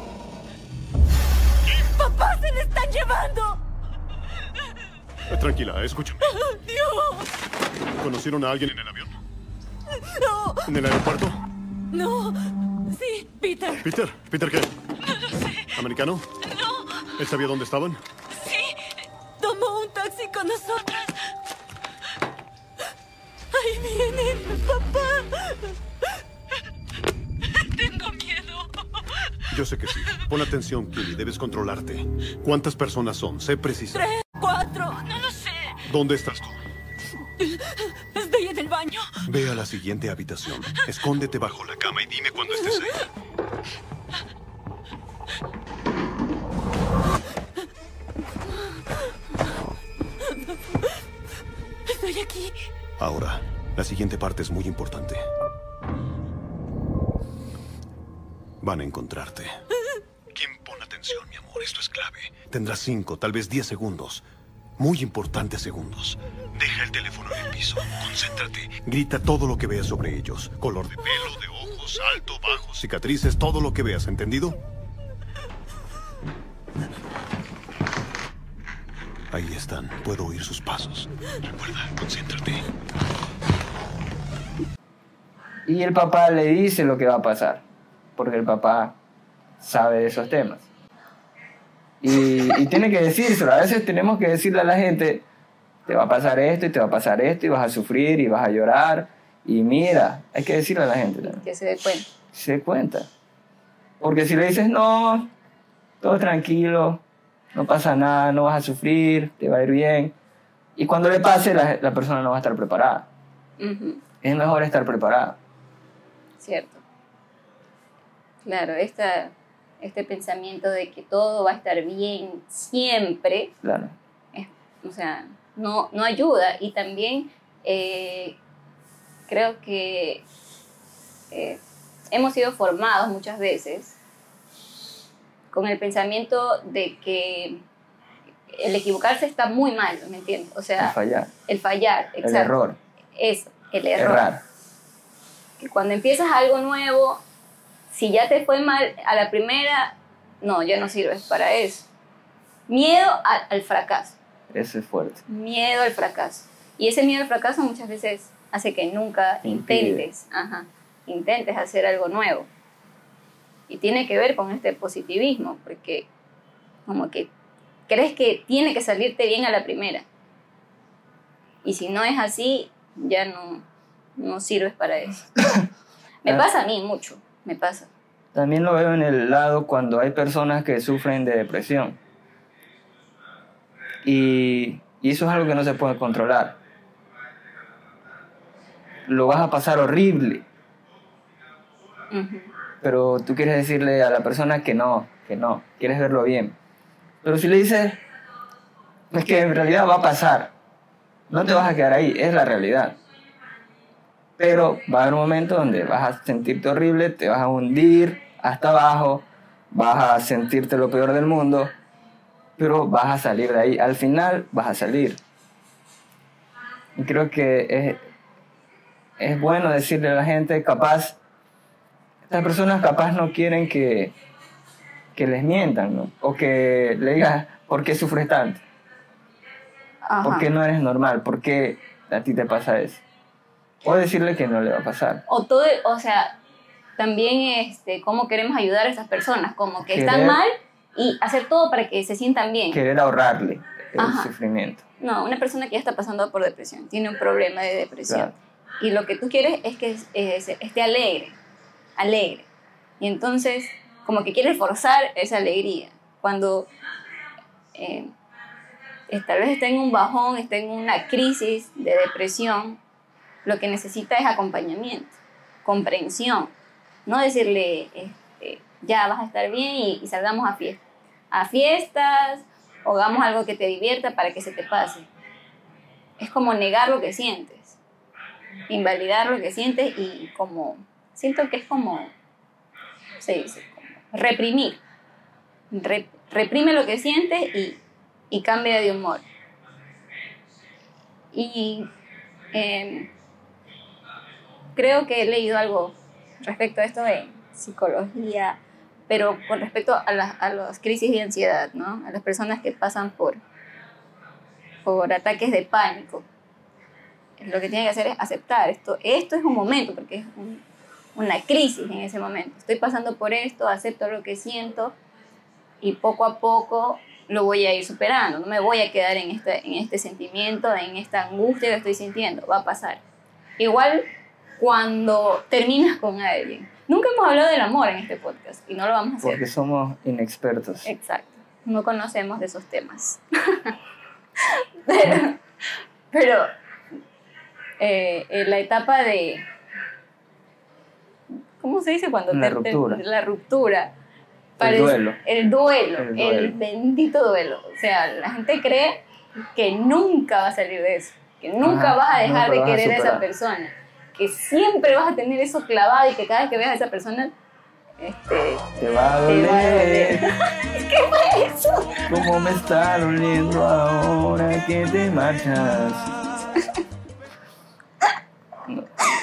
[SPEAKER 4] ¡Papá, se la están llevando!
[SPEAKER 3] Eh, Tranquila, escúchame.
[SPEAKER 4] ¡Dios!
[SPEAKER 3] ¿Conocieron a alguien en el avión?
[SPEAKER 4] ¡No!
[SPEAKER 3] ¿En el aeropuerto?
[SPEAKER 4] ¡No! Sí, Peter.
[SPEAKER 3] ¿Peter? ¿Peter qué?
[SPEAKER 4] No lo sé.
[SPEAKER 3] ¿Americano?
[SPEAKER 4] No.
[SPEAKER 3] ¿Él sabía dónde estaban?
[SPEAKER 4] Sí. Tomó un taxi con nosotras. Ahí vienen, papá. Tengo miedo.
[SPEAKER 3] Yo sé que sí. Pon atención, Kimi. Debes controlarte. ¿Cuántas personas son? Sé precisa.
[SPEAKER 4] Tres, cuatro, no lo sé.
[SPEAKER 3] ¿Dónde estás tú?
[SPEAKER 4] Estoy en el baño.
[SPEAKER 3] Ve a la siguiente habitación. Escóndete bajo la cama y dime cuando estés ahí.
[SPEAKER 4] Estoy aquí.
[SPEAKER 3] Ahora, la siguiente parte es muy importante. Van a encontrarte. Kim, pon atención, mi amor. Esto es clave. Tendrás cinco, tal vez diez segundos. Muy importantes segundos. Deja el teléfono en el piso. Concéntrate. Grita todo lo que veas sobre ellos. Color de pelo, de ojos, alto, bajo, cicatrices, todo lo que veas. ¿Entendido? Ahí están. Puedo oír sus pasos. Recuerda, concéntrate.
[SPEAKER 1] Y el papá le dice lo que va a pasar, porque el papá sabe de esos temas. Y, y tiene que decírselo. A veces tenemos que decirle a la gente, te va a pasar esto y te va a pasar esto y vas a sufrir y vas a llorar. Y mira, hay que decirle a la gente también.
[SPEAKER 2] Que se dé cuenta.
[SPEAKER 1] Se dé cuenta. Porque si le dices, no, todo tranquilo, no pasa nada, no vas a sufrir, te va a ir bien. Y cuando le pase, la, la persona no va a estar preparada.
[SPEAKER 2] Uh-huh.
[SPEAKER 1] Es mejor estar preparada.
[SPEAKER 2] Cierto. Claro, esta, este pensamiento de que todo va a estar bien siempre,
[SPEAKER 1] Claro.
[SPEAKER 2] es, o sea, no, no ayuda. Y también eh, creo que eh, hemos sido formados muchas veces con el pensamiento de que el equivocarse está muy mal, ¿me entiendes? O sea,
[SPEAKER 1] El fallar.
[SPEAKER 2] El fallar, exacto.
[SPEAKER 1] El error.
[SPEAKER 2] Eso, el error.
[SPEAKER 1] Errar.
[SPEAKER 2] Que cuando empiezas algo nuevo, si ya te fue mal a la primera, no, ya no sirves para eso. Miedo a, al fracaso.
[SPEAKER 1] Eso es fuerte.
[SPEAKER 2] Miedo al fracaso. Y ese miedo al fracaso muchas veces hace que nunca
[SPEAKER 1] Impide.
[SPEAKER 2] intentes, ajá, intentes hacer algo nuevo. Y tiene que ver con este positivismo, porque como que crees que tiene que salirte bien a la primera. Y si no es así, ya no, no sirves para eso. Me pasa a mí mucho, me pasa.
[SPEAKER 1] También lo veo en el lado cuando hay personas que sufren de depresión. Y, y eso es algo que no se puede controlar. Lo vas a pasar horrible.
[SPEAKER 2] Uh-huh.
[SPEAKER 1] Pero tú quieres decirle a la persona que no, que no, quieres verlo bien. Pero si le dices, es que en realidad va a pasar, no te vas a quedar ahí, es la realidad. Pero va a haber un momento donde vas a sentirte horrible, te vas a hundir hasta abajo, vas a sentirte lo peor del mundo, pero vas a salir de ahí. Al final vas a salir. Y creo que es, es bueno decirle a la gente, capaz, estas personas capaz no quieren que, que les mientan, ¿no? O que le digas, ¿por qué sufres tanto?
[SPEAKER 2] Ajá.
[SPEAKER 1] ¿Por qué no eres normal? ¿Por qué a ti te pasa eso? O decirle que no le va a pasar.
[SPEAKER 2] O todo, o sea, también este, cómo queremos ayudar a esas personas, como que
[SPEAKER 1] Querer-
[SPEAKER 2] están mal y hacer todo para que se sientan bien.
[SPEAKER 1] Querer ahorrarle el
[SPEAKER 2] Ajá.
[SPEAKER 1] sufrimiento.
[SPEAKER 2] No, una persona que ya está pasando por depresión, tiene un problema de depresión.
[SPEAKER 1] Claro.
[SPEAKER 2] Y lo que tú quieres es que eh, esté alegre, alegre. Y entonces, como que quieres forzar esa alegría. Cuando eh, eh, tal vez está en un bajón, está en una crisis de depresión, lo que necesita es acompañamiento, comprensión. No decirle, este, ya vas a estar bien y, y salgamos a, fiesta, a fiestas o hagamos algo que te divierta para que se te pase. Es como negar lo que sientes, invalidar lo que sientes y como, siento que es como, se dice, como reprimir. Re, reprime lo que sientes y, y cambia de humor. Y eh, creo que he leído algo respecto a esto de psicología, pero con respecto a las, a las crisis de ansiedad, ¿no? A las personas que pasan por, por ataques de pánico. Lo que tienen que hacer es aceptar esto. Esto es un momento, porque es un, una crisis en ese momento. Estoy pasando por esto, acepto lo que siento y poco a poco lo voy a ir superando. No me voy a quedar en este, en este sentimiento, en esta angustia que estoy sintiendo. Va a pasar. Igual cuando terminas con alguien. Nunca hemos hablado del amor en este podcast y no lo vamos a hacer.
[SPEAKER 1] Porque somos inexpertos.
[SPEAKER 2] Exacto. No conocemos de esos temas. pero pero eh, en la etapa de... ¿Cómo se dice cuando
[SPEAKER 1] La
[SPEAKER 2] te,
[SPEAKER 1] ruptura.
[SPEAKER 2] te- la ruptura?
[SPEAKER 1] El duelo.
[SPEAKER 2] El duelo,
[SPEAKER 1] El
[SPEAKER 2] el,
[SPEAKER 1] duelo.
[SPEAKER 2] bendito duelo. O sea, la gente cree que nunca va a salir de eso, que nunca
[SPEAKER 1] Ajá,
[SPEAKER 2] vas a dejar
[SPEAKER 1] nunca
[SPEAKER 2] de
[SPEAKER 1] lo vas a
[SPEAKER 2] querer a esa
[SPEAKER 1] superar.
[SPEAKER 2] persona, que siempre vas a tener eso clavado y que cada vez que veas a esa persona, este,
[SPEAKER 1] Te va a
[SPEAKER 2] te va a doler.
[SPEAKER 1] doler.
[SPEAKER 2] ¿Qué fue eso?
[SPEAKER 1] ¿Cómo me está doliendo ahora que te marchas? No.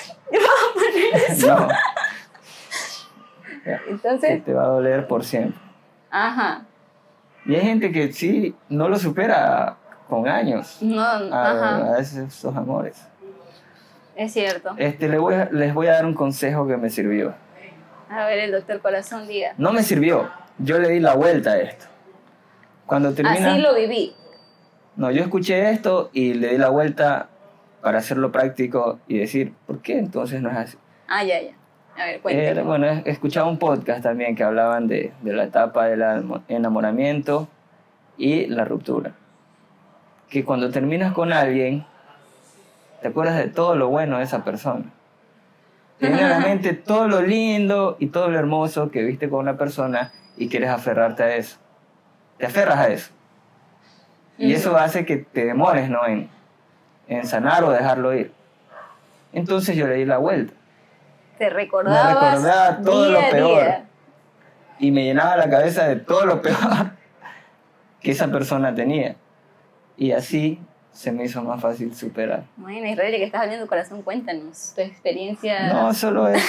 [SPEAKER 1] No. Ya, que
[SPEAKER 2] Entonces,
[SPEAKER 1] te va a doler por siempre.
[SPEAKER 2] ajá,
[SPEAKER 1] Y hay gente que sí no lo supera con años
[SPEAKER 2] no,
[SPEAKER 1] a,
[SPEAKER 2] ajá,
[SPEAKER 1] a esos, esos amores.
[SPEAKER 2] es cierto.
[SPEAKER 1] Este, le voy a- les voy a dar un consejo que me sirvió.
[SPEAKER 2] A ver, el doctor Corazón diga.
[SPEAKER 1] No me sirvió, yo le di la vuelta a esto. Cuando termina,
[SPEAKER 2] Así lo viví.
[SPEAKER 1] no, yo escuché esto y le di la vuelta para hacerlo práctico y decir, ¿por qué entonces no es así?
[SPEAKER 2] Ah, ya, ya. A ver, cuéntame.
[SPEAKER 1] Era, bueno, he escuchado un podcast también que hablaban de, de la etapa del amo- enamoramiento y la ruptura. Que cuando terminas con alguien, te acuerdas de todo lo bueno de esa persona. Te viene a la mente todo lo lindo y todo lo hermoso que viste con una persona y quieres aferrarte a eso. Te aferras a eso. Y eso hace que te demores, ¿no? En, en sanar o dejarlo ir. Entonces yo le di la vuelta.
[SPEAKER 2] Te recordabas
[SPEAKER 1] Me recordaba todo
[SPEAKER 2] día
[SPEAKER 1] lo
[SPEAKER 2] a
[SPEAKER 1] peor.
[SPEAKER 2] día.
[SPEAKER 1] Y me llenaba la cabeza de todo lo peor que esa persona tenía. Y así se me hizo más fácil superar.
[SPEAKER 2] Bueno, Israel, que estás abriendo tu corazón, cuéntanos tu experiencia.
[SPEAKER 1] No, solo eso.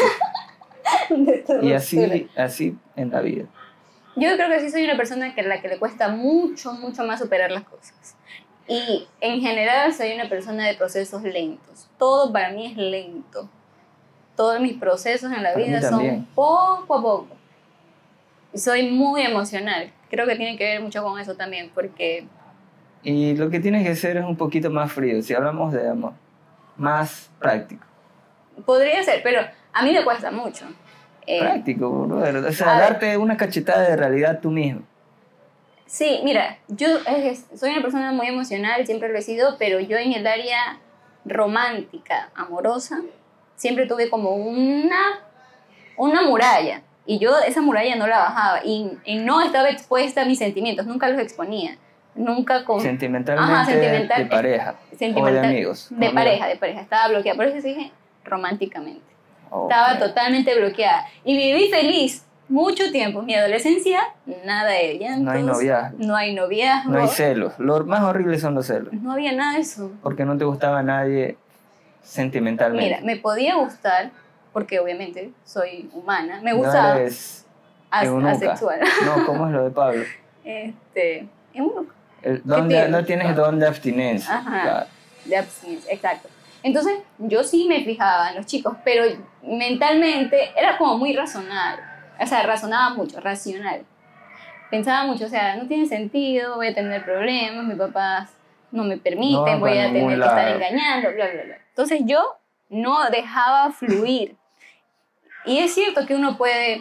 [SPEAKER 2] de tu
[SPEAKER 1] Y
[SPEAKER 2] ruptura.
[SPEAKER 1] así, así en la vida.
[SPEAKER 2] Yo creo que sí soy una persona que a la que le cuesta mucho, mucho más superar las cosas. Y en general soy una persona de procesos lentos. Todo para mí es lento. Todos mis procesos en la
[SPEAKER 1] Para mí
[SPEAKER 2] vida
[SPEAKER 1] también.
[SPEAKER 2] son poco a poco. Y soy muy emocional. Creo que tiene que ver mucho con eso también, porque
[SPEAKER 1] Y lo que tienes que hacer es un poquito más frío. Si hablamos de amor, más práctico.
[SPEAKER 2] podría ser, pero a mí me cuesta mucho. Eh,
[SPEAKER 1] Práctico, brother. O sea,
[SPEAKER 2] a ver.
[SPEAKER 1] darte una cachetada de realidad tú mismo.
[SPEAKER 2] Sí, mira, yo es- soy una persona muy emocional, siempre lo he sido, pero yo en el área romántica, amorosa, siempre tuve como una, una muralla. Y yo esa muralla no la bajaba y, y no estaba expuesta a mis sentimientos, nunca los exponía. Nunca con...
[SPEAKER 1] Sentimentalmente
[SPEAKER 2] Ajá, sentimental-
[SPEAKER 1] de pareja.
[SPEAKER 2] sentimental-
[SPEAKER 1] O de amigos.
[SPEAKER 2] De
[SPEAKER 1] ¿no?
[SPEAKER 2] pareja, de pareja. Estaba bloqueada, por eso dije románticamente.
[SPEAKER 1] Ok.
[SPEAKER 2] Estaba totalmente bloqueada. Y viví feliz mucho tiempo. Mi adolescencia, nada de llantos.
[SPEAKER 1] No hay noviazgo.
[SPEAKER 2] No hay noviazgo.
[SPEAKER 1] No hay celos. Lo más horrible son los celos.
[SPEAKER 2] No había nada de eso.
[SPEAKER 1] Porque no te gustaba a nadie sentimentalmente.
[SPEAKER 2] Mira, me podía gustar, porque obviamente soy humana. Me
[SPEAKER 1] No
[SPEAKER 2] gustaba
[SPEAKER 1] eres
[SPEAKER 2] as-
[SPEAKER 1] eunuca.
[SPEAKER 2] asexual.
[SPEAKER 1] No, ¿cómo es lo de Pablo?
[SPEAKER 2] Este, eunuca.
[SPEAKER 1] El don de-
[SPEAKER 2] tienes?
[SPEAKER 1] no tienes don de abstinencia.
[SPEAKER 2] Ajá.
[SPEAKER 1] Claro.
[SPEAKER 2] De abstinencia, exacto. Entonces, yo sí me fijaba en los chicos, pero mentalmente era como muy razonable. O sea, razonaba mucho, racional. Pensaba mucho, o sea, no tiene sentido, voy a tener problemas, mis papás no me permiten,
[SPEAKER 1] No,
[SPEAKER 2] voy
[SPEAKER 1] para
[SPEAKER 2] a tener
[SPEAKER 1] ningún
[SPEAKER 2] que estar
[SPEAKER 1] lado.
[SPEAKER 2] engañando, bla, bla, bla. Entonces, yo no dejaba fluir. Y es cierto que uno puede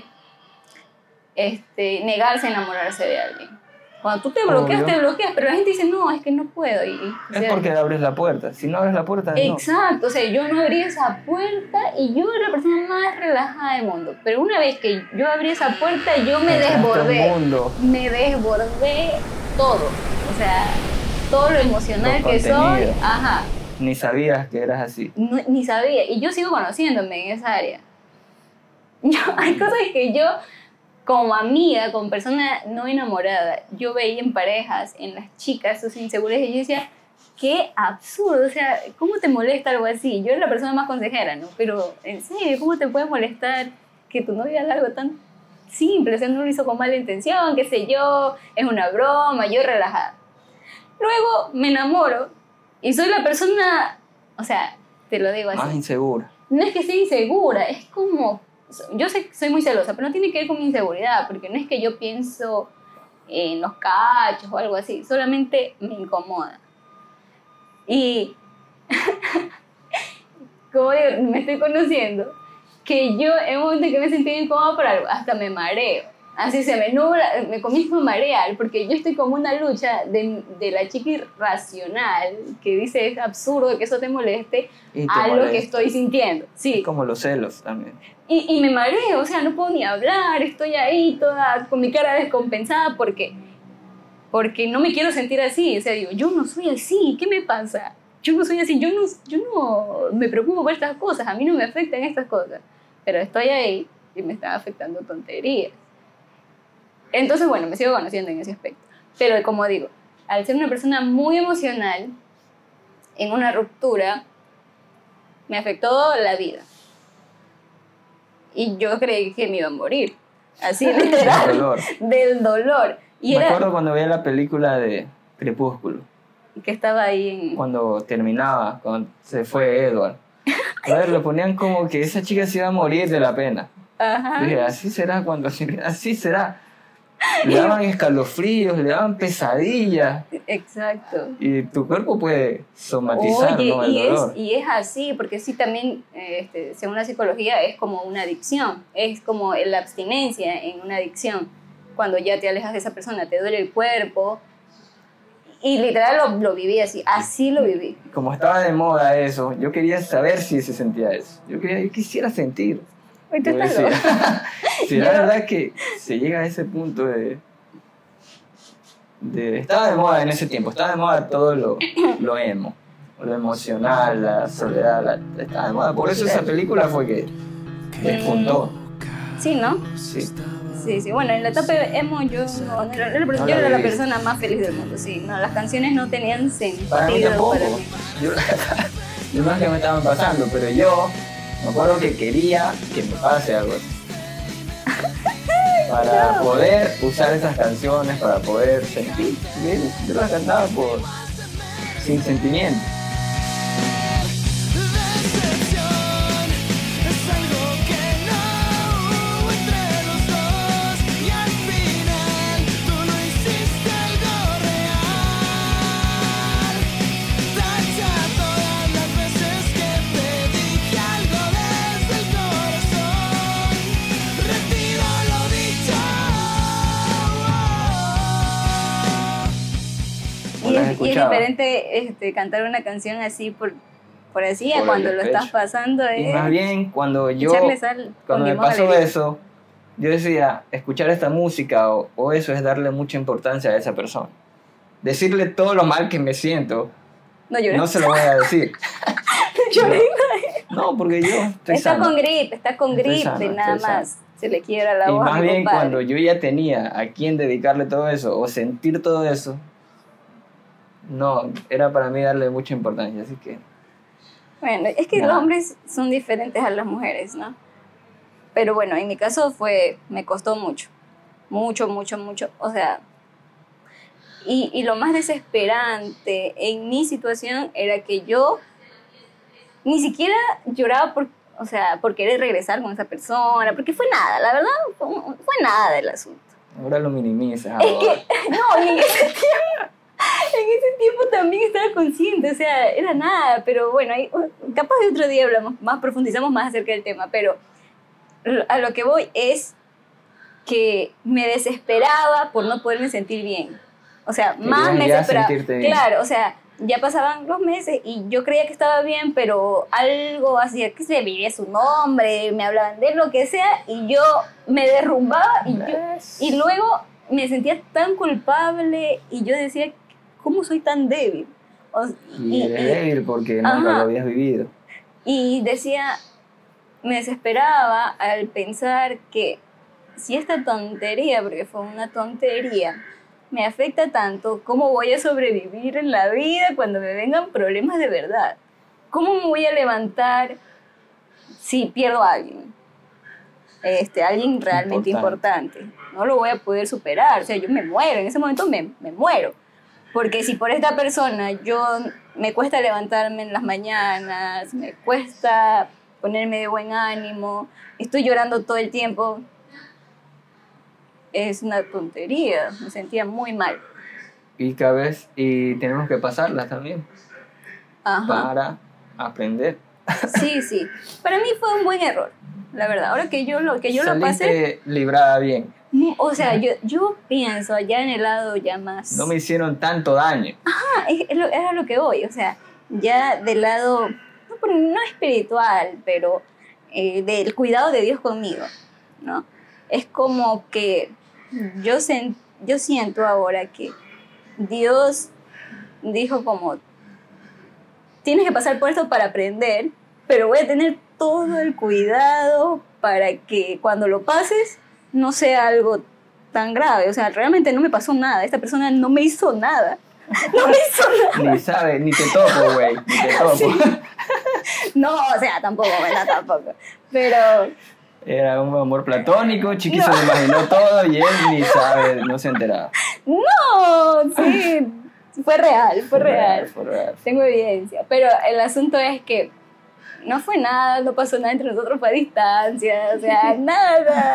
[SPEAKER 2] este, negarse a enamorarse de alguien. Cuando tú te bloqueas,
[SPEAKER 1] Obvio.
[SPEAKER 2] te bloqueas, pero la gente dice, no, es que no puedo. Y, o
[SPEAKER 1] Es
[SPEAKER 2] sea,
[SPEAKER 1] porque abres la puerta. Si no abres la puerta, no.
[SPEAKER 2] exacto, o sea, yo no abrí esa puerta y yo era la persona más relajada del mundo. Pero una vez que yo abrí esa puerta, yo me
[SPEAKER 1] Entraste a un
[SPEAKER 2] desbordé.
[SPEAKER 1] mundo.
[SPEAKER 2] Me desbordé todo. O sea, todo lo emocional
[SPEAKER 1] Lo
[SPEAKER 2] que soy.
[SPEAKER 1] contenido.
[SPEAKER 2] Ajá.
[SPEAKER 1] Ni sabías que eras así.
[SPEAKER 2] No- ni sabía. Y yo sigo conociéndome en esa área. Yo, hay cosas que yo, como amiga, como persona no enamorada, yo veía en parejas, en las chicas, sus inseguridades, y yo decía, qué absurdo, o sea, ¿cómo te molesta algo así? Yo era la persona más consejera, ¿no? Pero, en serio, ¿cómo te puede molestar que tu novia haga algo tan simple? O sea, no lo hizo con mala intención, qué sé yo, es una broma, yo relajada. Luego me enamoro y soy la persona, o sea, te lo digo así.
[SPEAKER 1] Más insegura.
[SPEAKER 2] No es que sea insegura, es como... Yo sé, soy muy celosa, pero no tiene que ver con mi inseguridad, porque no es que yo pienso en los cachos o algo así, solamente me incomoda. Y, como digo, me estoy conociendo, que yo en un momento en que me sentí incómoda por algo, hasta me mareo. Así se me nubla, me comienzo a marear, porque yo estoy como una lucha de, de la chica irracional, que dice es absurdo que eso te moleste,
[SPEAKER 1] Y te
[SPEAKER 2] a lo
[SPEAKER 1] molesta.
[SPEAKER 2] que estoy sintiendo. Sí.
[SPEAKER 1] Es como los celos también.
[SPEAKER 2] Y, y me mareo, o sea, no puedo ni hablar, estoy ahí toda con mi cara descompensada porque, porque no me quiero sentir así. O sea, digo, yo no soy así, ¿qué me pasa? Yo no soy así, yo no, yo no me preocupo por estas cosas, a mí no me afectan estas cosas. Pero estoy ahí y me están afectando tonterías. Entonces, bueno, me sigo conociendo en ese aspecto. Pero como digo, al ser una persona muy emocional, en una ruptura, me afectó la vida. Y yo creí que me iba a morir. Así literal.
[SPEAKER 1] El dolor.
[SPEAKER 2] Del dolor. Y
[SPEAKER 1] Me
[SPEAKER 2] era
[SPEAKER 1] acuerdo cuando veía la película de Crepúsculo.
[SPEAKER 2] que estaba ahí en...
[SPEAKER 1] Cuando terminaba, cuando se fue Edward. A ver, lo ponían como que esa chica se iba a morir de la pena.
[SPEAKER 2] Ajá.
[SPEAKER 1] Dije, así será cuando... Así será. le daban escalofríos, le daban pesadillas.
[SPEAKER 2] Exacto.
[SPEAKER 1] Y tu cuerpo puede somatizar,
[SPEAKER 2] Oye,
[SPEAKER 1] ¿no? El
[SPEAKER 2] y, es,
[SPEAKER 1] dolor.
[SPEAKER 2] y es así, porque sí también, este, según la psicología, es como una adicción, es como la abstinencia en una adicción, cuando ya te alejas de esa persona, te duele el cuerpo, y literal lo, lo viví así, así lo viví.
[SPEAKER 1] Como estaba de moda eso, yo quería saber si se sentía eso. Yo, quería, yo quisiera sentir.
[SPEAKER 2] Hoy tú
[SPEAKER 1] Yo
[SPEAKER 2] estás
[SPEAKER 1] decía,
[SPEAKER 2] loco.
[SPEAKER 1] si la verdad que se llega a ese punto de, de... Estaba de moda en ese tiempo, estaba de moda todo lo, lo emo, lo emocional, la soledad, la, estaba de moda. Por eso esa película fue que despuntó.
[SPEAKER 2] Sí, ¿no?
[SPEAKER 1] Sí.
[SPEAKER 2] Sí, sí, bueno, en la etapa emo yo, no, no era, era- yo era la persona más feliz del mundo, sí, no, las canciones no tenían sentido
[SPEAKER 1] Para mí tampoco.
[SPEAKER 2] para mí.
[SPEAKER 1] Yo, yo no es que me estaban pasando, pero yo me acuerdo que quería que me pase algo así. Para poder usar esas canciones, para poder sentir. Yo las cantaba por, sin sentimiento.
[SPEAKER 5] Decepción es algo que no hubo entre los dos y al final tú no hiciste algo real. Tacha todas las veces que te dije algo desde el corazón. Retiro lo dicho.
[SPEAKER 1] ¿No
[SPEAKER 2] Y
[SPEAKER 1] las
[SPEAKER 2] es, y es
[SPEAKER 1] escuchaba?
[SPEAKER 2] diferente este, cantar una canción así por, por así, a
[SPEAKER 1] Por el
[SPEAKER 2] cuando lo
[SPEAKER 1] despecho.
[SPEAKER 2] estás pasando,
[SPEAKER 1] Y
[SPEAKER 2] es
[SPEAKER 1] más bien cuando yo,
[SPEAKER 2] echarle sal con
[SPEAKER 1] cuando me
[SPEAKER 2] limón a la
[SPEAKER 1] pasó
[SPEAKER 2] herida.
[SPEAKER 1] eso, yo decía, escuchar esta música o, o eso es darle mucha importancia a esa persona. Decirle todo lo mal que me siento,
[SPEAKER 2] No llores.
[SPEAKER 1] no se lo voy a decir.
[SPEAKER 2] Lloré.
[SPEAKER 1] No, porque yo estoy
[SPEAKER 2] Está
[SPEAKER 1] sano.
[SPEAKER 2] con gripe, está con
[SPEAKER 1] Estoy
[SPEAKER 2] gripe,
[SPEAKER 1] sano,
[SPEAKER 2] nada
[SPEAKER 1] estoy
[SPEAKER 2] más. Se le quiebra la
[SPEAKER 1] Y
[SPEAKER 2] voz a
[SPEAKER 1] más
[SPEAKER 2] mi
[SPEAKER 1] bien
[SPEAKER 2] compadre.
[SPEAKER 1] cuando yo ya tenía a quién dedicarle todo eso o sentir todo eso, no, era para mí darle mucha importancia, así que
[SPEAKER 2] Bueno, es que
[SPEAKER 1] Nada.
[SPEAKER 2] los hombres son diferentes a las mujeres, ¿no? Pero bueno, en mi caso fue, me costó mucho, mucho, mucho, mucho. O sea, y, y lo más desesperante en mi situación era que yo ni siquiera lloraba por, o sea, por querer regresar con esa persona, porque fue nada, la verdad, fue, fue nada del asunto.
[SPEAKER 1] ahora lo minimizas.
[SPEAKER 2] Es
[SPEAKER 1] ahora.
[SPEAKER 2] que, no, y en ese tiempo, en ese tiempo también estaba consciente, o sea, era nada, pero bueno, ahí, capaz de otro día hablamos más, profundizamos más acerca del tema, pero a lo que voy es que me desesperaba por no poderme sentir bien. O sea, más
[SPEAKER 1] Querías
[SPEAKER 2] me
[SPEAKER 1] ya
[SPEAKER 2] desesperaba.
[SPEAKER 1] sentirte bien.
[SPEAKER 2] Claro, o sea, ya pasaban los meses y yo creía que estaba bien, pero algo hacía que se vivía su nombre, me hablaban de lo que sea y yo me derrumbaba y, yo, y luego me sentía tan culpable y yo decía, ¿cómo soy tan débil? O-
[SPEAKER 1] Y eres débil porque nunca
[SPEAKER 2] Ajá.
[SPEAKER 1] lo habías vivido.
[SPEAKER 2] y decía, me desesperaba al pensar que si esta tontería, porque fue una tontería, me afecta tanto, ¿cómo voy a sobrevivir en la vida cuando me vengan problemas de verdad? ¿Cómo me voy a levantar si pierdo a alguien? Este, alguien realmente
[SPEAKER 1] Importante.
[SPEAKER 2] importante. No lo voy a poder superar, o sea, yo me muero, en ese momento me, me muero. Porque si por esta persona yo me cuesta levantarme en las mañanas, me cuesta ponerme de buen ánimo, estoy llorando todo el tiempo, es una tontería, me sentía muy mal.
[SPEAKER 1] Y cada vez, y tenemos que pasarlas también
[SPEAKER 2] Ajá.
[SPEAKER 1] para aprender.
[SPEAKER 2] Sí, sí. Para mí fue un buen error, la verdad. Ahora que yo lo, que yo lo pasé,
[SPEAKER 1] Saliste librada bien.
[SPEAKER 2] o sea, yo, yo pienso ya en el lado ya más...
[SPEAKER 1] No me hicieron tanto daño.
[SPEAKER 2] Ah, es, es lo, es a lo que voy, o sea, ya del lado, no, por- no espiritual, pero eh, del cuidado de Dios conmigo, ¿no? Es como que yo, sen- yo siento ahora que Dios dijo como, tienes que pasar por esto para aprender, pero voy a tener todo el cuidado para que cuando lo pases no sea algo tan grave, o sea, realmente no me pasó nada, esta persona no me hizo nada. No me hizo nada.
[SPEAKER 1] Ni sabes, ni te toco, güey. Ni te toco.
[SPEAKER 2] Sí. No, o sea, tampoco, ¿verdad? Tampoco. Pero,
[SPEAKER 1] Era un amor platónico, Chiqui se lo imaginó todo y él ni sabe, no se enteraba.
[SPEAKER 2] no, sí, fue real, fue real.
[SPEAKER 1] Fue real.
[SPEAKER 2] Tengo evidencia. Pero el asunto es que no fue nada, no pasó nada entre nosotros, fue a distancia, o sea, nada.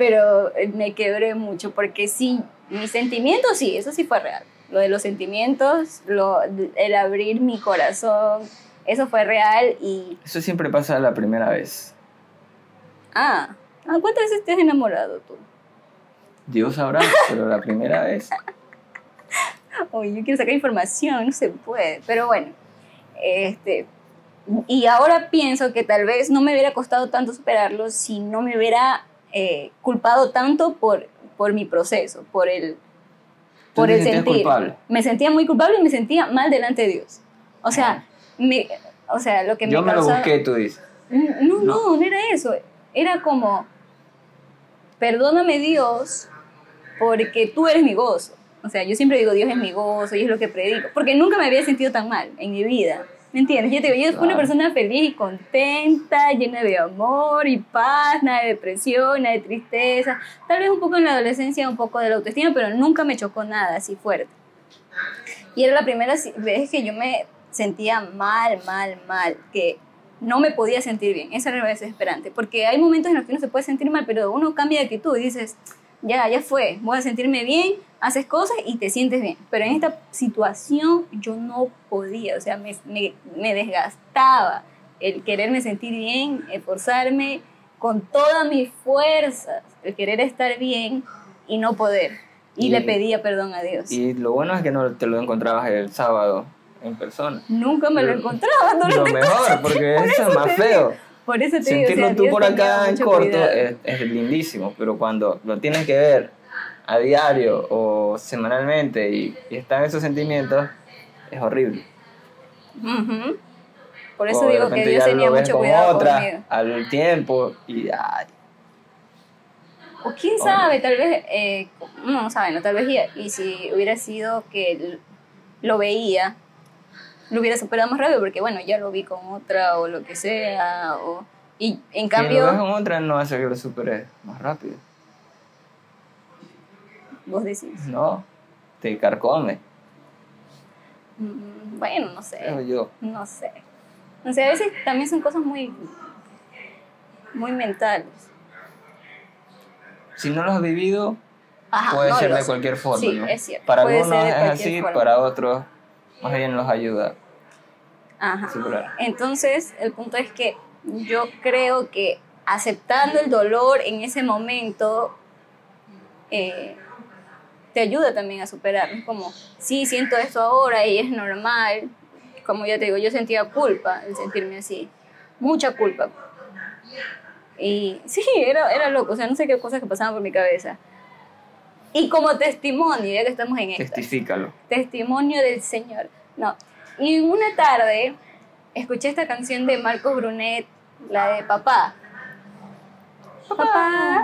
[SPEAKER 2] pero me quebré mucho porque sí, mis sentimientos sí, eso sí fue real. Lo de los sentimientos, lo, el abrir mi corazón, eso fue real y...
[SPEAKER 1] Eso siempre pasa la primera vez.
[SPEAKER 2] Ah, ¿cuántas veces te has enamorado tú?
[SPEAKER 1] Dios sabrá, pero la primera vez.
[SPEAKER 2] Oye, yo quiero sacar información, no se puede, pero bueno, este... Y ahora pienso que tal vez no me hubiera costado tanto superarlo si no me hubiera eh, culpado tanto por, por mi proceso, por el, por
[SPEAKER 1] ¿Tú te
[SPEAKER 2] el
[SPEAKER 1] sentías
[SPEAKER 2] sentir.
[SPEAKER 1] culpable?
[SPEAKER 2] Me sentía muy culpable y me sentía mal delante de Dios. O sea, me, o sea lo que me
[SPEAKER 1] Yo me lo
[SPEAKER 2] causaba-
[SPEAKER 1] busqué, tú dices.
[SPEAKER 2] No, no, no era eso. Era como, perdóname Dios porque tú eres mi gozo. O sea, yo siempre digo Dios es mi gozo y es lo que predico. Porque nunca me había sentido tan mal en mi vida. ¿Me entiendes? Yo te digo, yo fui una
[SPEAKER 1] Claro.
[SPEAKER 2] persona feliz y contenta, llena de amor y paz, nada de depresión, nada de tristeza. Tal vez un poco en la adolescencia, un poco de la autoestima, pero nunca me chocó nada así fuerte. Y era la primera vez que yo me sentía mal, mal, mal, que no me podía sentir bien. Eso era desesperante, porque hay momentos en los que uno se puede sentir mal, pero uno cambia de actitud y dices, ya, ya fue, voy a sentirme bien, haces cosas y te sientes bien. Pero en esta situación yo no podía, o sea, me, me, me desgastaba el quererme sentir bien, esforzarme con todas mis fuerzas, el querer estar bien y no poder. Y,
[SPEAKER 1] Y-
[SPEAKER 2] le pedía perdón a Dios.
[SPEAKER 1] Y lo bueno es que no te lo encontrabas el sábado en persona.
[SPEAKER 2] Nunca me lo encontraba
[SPEAKER 1] Lo
[SPEAKER 2] durante
[SPEAKER 1] mejor, porque
[SPEAKER 2] Por
[SPEAKER 1] eso es más
[SPEAKER 2] te digo.
[SPEAKER 1] feo.
[SPEAKER 2] Por eso te digo,
[SPEAKER 1] Sentirlo
[SPEAKER 2] o sea,
[SPEAKER 1] tú
[SPEAKER 2] Dios
[SPEAKER 1] por
[SPEAKER 2] tenía
[SPEAKER 1] acá en
[SPEAKER 2] mucho
[SPEAKER 1] corto
[SPEAKER 2] cuidado.
[SPEAKER 1] es, es lindísimo, pero cuando lo tienes que ver a diario o semanalmente y, y están esos sentimientos, es horrible.
[SPEAKER 2] Ujú. Por eso
[SPEAKER 1] O de
[SPEAKER 2] digo que
[SPEAKER 1] repente
[SPEAKER 2] Dios
[SPEAKER 1] ya
[SPEAKER 2] tenía
[SPEAKER 1] lo ves
[SPEAKER 2] mucho
[SPEAKER 1] con
[SPEAKER 2] cuidado
[SPEAKER 1] otra
[SPEAKER 2] conmigo.
[SPEAKER 1] al tiempo y ay,
[SPEAKER 2] O quién sabe, tal vez, eh, no, no sabe, no, tal vez, y, y si hubiera sido que l- lo veía, lo hubiera superado más rápido, porque bueno, ya lo vi con otra o lo que sea, o, y en
[SPEAKER 1] si lo ves
[SPEAKER 2] cambio,
[SPEAKER 1] con otra no hace que lo superes más rápido.
[SPEAKER 2] vos decís,
[SPEAKER 1] No, te carcome,
[SPEAKER 2] mm, bueno, no sé,
[SPEAKER 1] creo yo.
[SPEAKER 2] no sé. O sea, a veces también son cosas muy, muy mentales.
[SPEAKER 1] Si no lo has vivido,
[SPEAKER 2] Ajá,
[SPEAKER 1] puede
[SPEAKER 2] no
[SPEAKER 1] ser
[SPEAKER 2] lo
[SPEAKER 1] de
[SPEAKER 2] sé.
[SPEAKER 1] cualquier forma,
[SPEAKER 2] Sí,
[SPEAKER 1] ¿no?
[SPEAKER 2] es cierto.
[SPEAKER 1] Para
[SPEAKER 2] puede
[SPEAKER 1] algunos
[SPEAKER 2] ser de
[SPEAKER 1] es
[SPEAKER 2] cualquier
[SPEAKER 1] así,
[SPEAKER 2] forma.
[SPEAKER 1] para otros más bien los ayuda
[SPEAKER 2] Ajá.
[SPEAKER 1] a superar.
[SPEAKER 2] Entonces, el punto es que yo creo que aceptando el dolor en ese momento eh, te ayuda también a superarlo. Es como, sí, siento esto ahora y es normal. Como ya te digo, yo sentía culpa el sentirme así. Mucha culpa. Y sí, era, era loco. O sea, no sé qué cosas que pasaban por mi cabeza. Y como testimonio, ya que estamos en esto.
[SPEAKER 1] Testifícalo.
[SPEAKER 2] Testimonio del Señor. No. Y una tarde escuché esta canción de Marcos Brunet, la de Papá. Papá.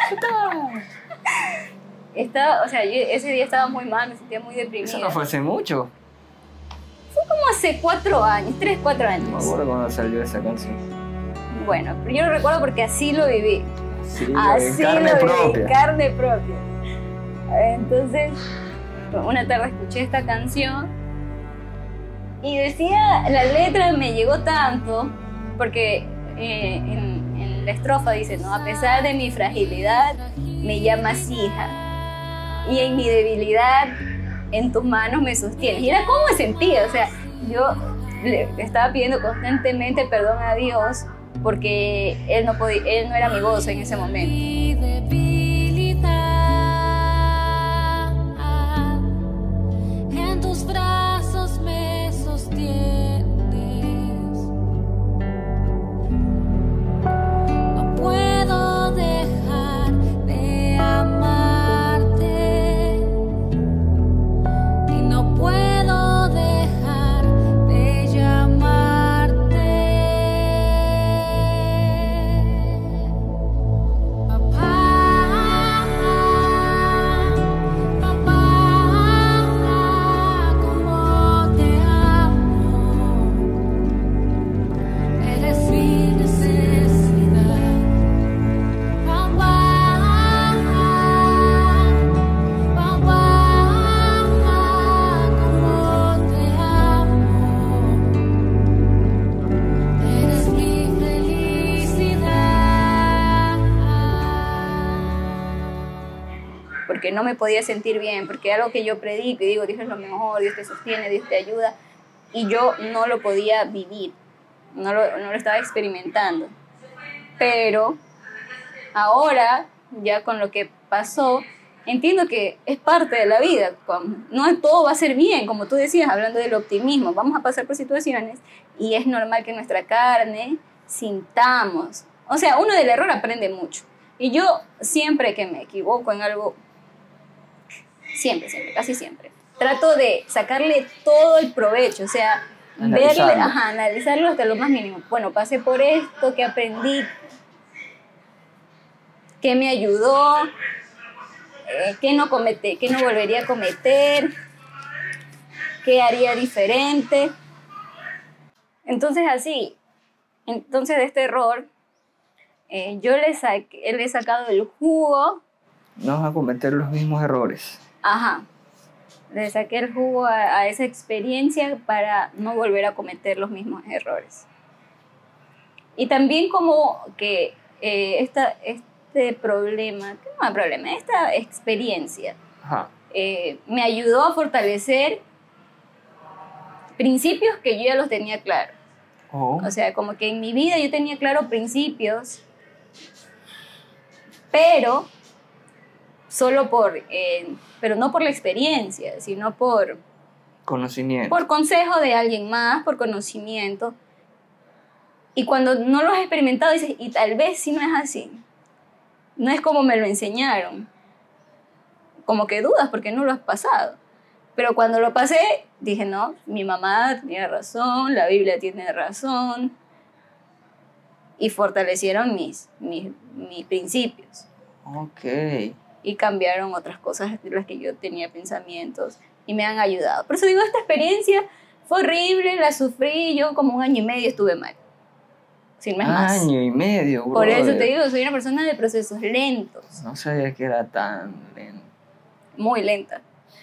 [SPEAKER 2] Estaba, o sea, yo ese día estaba muy mal, me sentía muy deprimida.
[SPEAKER 1] Eso no fue hace mucho.
[SPEAKER 2] Fue como hace cuatro años, tres, cuatro
[SPEAKER 1] No me
[SPEAKER 2] años.
[SPEAKER 1] acuerdo cuando salió esa canción.
[SPEAKER 2] Bueno, pero yo lo recuerdo porque así lo viví.
[SPEAKER 1] Sí,
[SPEAKER 2] Así
[SPEAKER 1] en carne
[SPEAKER 2] lo viví,
[SPEAKER 1] propia.
[SPEAKER 2] carne propia. Entonces, una tarde escuché esta canción y decía, la letra me llegó tanto, porque eh, en, en la estrofa dice, ¿no? A pesar de mi fragilidad, me llamas hija, y en mi debilidad, en tus manos me sostienes. Y era como me sentía, o sea, yo le estaba pidiendo constantemente perdón a Dios, porque Él no, podía, él no era mi gozo en ese momento.
[SPEAKER 5] Mi debilidad, en tus brazos me sostienes. No puedo dejar de amarte y no puedo dejar de llamarte. Papá.
[SPEAKER 2] porque no me podía sentir bien, porque algo que yo predico y digo, Dios es lo mejor, Dios te sostiene, Dios te ayuda, y yo no lo podía vivir, no lo, no lo estaba experimentando. Pero ahora, ya con lo que pasó, entiendo que es parte de la vida. No todo va a ser bien, como tú decías, hablando del optimismo. Vamos a pasar por situaciones y es normal que nuestra carne sintamos. O sea, uno del error aprende mucho. Y yo siempre que me equivoco en algo, siempre, siempre, casi siempre, trato de sacarle todo el provecho. O sea,
[SPEAKER 1] Analizarlo.
[SPEAKER 2] verle, ajá, analizarlo hasta lo más mínimo. Bueno, pasé por esto, ¿qué aprendí? ¿Qué me ayudó? Eh, ¿Qué no comete, qué no volvería a cometer? ¿Qué haría diferente? Entonces así, entonces de este error, eh, yo le, saqué, le he sacado el jugo.
[SPEAKER 1] No vas a cometer los mismos errores.
[SPEAKER 2] Ajá, le saqué el jugo a, a esa experiencia para no volver a cometer los mismos errores. Y también como que eh, esta... este problema, ¿qué no es problema? Esta experiencia
[SPEAKER 1] Ajá.
[SPEAKER 2] eh, me ayudó a fortalecer principios que yo ya los tenía claros.
[SPEAKER 1] Oh.
[SPEAKER 2] O sea, como que en mi vida yo tenía claros principios, pero solo por, eh, pero no por la experiencia, sino por,
[SPEAKER 1] Conocimiento.
[SPEAKER 2] por consejo de alguien más, por conocimiento. Y cuando no lo has experimentado, dices, y tal vez si no es así. No es como me lo enseñaron. Como que dudas porque no lo has pasado. Pero cuando lo pasé, dije, no, mi mamá tenía razón, la Biblia tiene razón. Y fortalecieron mis, mis, mis principios.
[SPEAKER 1] Ok.
[SPEAKER 2] Y cambiaron otras cosas de las que yo tenía pensamientos. Y me han ayudado. Por eso digo, esta experiencia fue horrible, la sufrí. Yo como un año y medio estuve mal. Sin más más.
[SPEAKER 1] Año y medio, bro.
[SPEAKER 2] Por eso te digo, soy una persona de procesos lentos.
[SPEAKER 1] No sabía que era tan lento.
[SPEAKER 2] Muy lenta.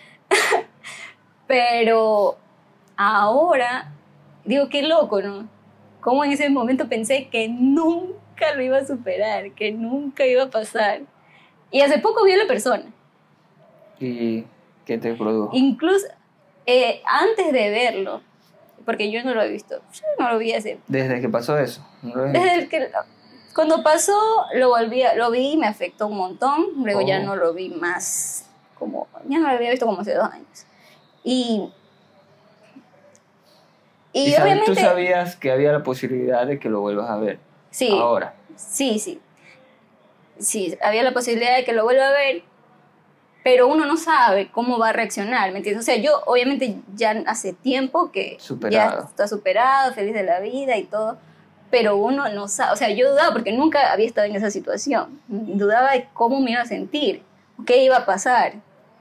[SPEAKER 2] Pero ahora, digo, qué loco, ¿no? Como en ese momento pensé que nunca lo iba a superar, que nunca iba a pasar. Y hace poco vi a la persona.
[SPEAKER 1] ¿Y qué te produjo?
[SPEAKER 2] Incluso eh, antes de verlo, porque yo no lo he visto, yo no lo vi hace...
[SPEAKER 1] ¿Desde que pasó eso? ¿No lo ves?
[SPEAKER 2] Desde el que... Cuando pasó, lo, volví a- lo vi y me afectó un montón. Luego
[SPEAKER 1] Oh.
[SPEAKER 2] ya no lo vi más, como... Ya no lo había visto como hace dos años. Y... Y,
[SPEAKER 1] ¿Y sabes-
[SPEAKER 2] obviamente...
[SPEAKER 1] tú sabías que había la posibilidad de que lo vuelvas a ver?
[SPEAKER 2] Sí,
[SPEAKER 1] Ahora.
[SPEAKER 2] sí, sí. Sí, había la posibilidad de que lo vuelva a ver, pero uno no sabe cómo va a reaccionar, ¿me entiendes? O sea, yo obviamente ya hace tiempo que
[SPEAKER 1] Superado.
[SPEAKER 2] ya está superado, feliz de la vida y todo, pero uno no sabe, o sea, yo dudaba porque nunca había estado en esa situación, dudaba de cómo me iba a sentir, qué iba a pasar,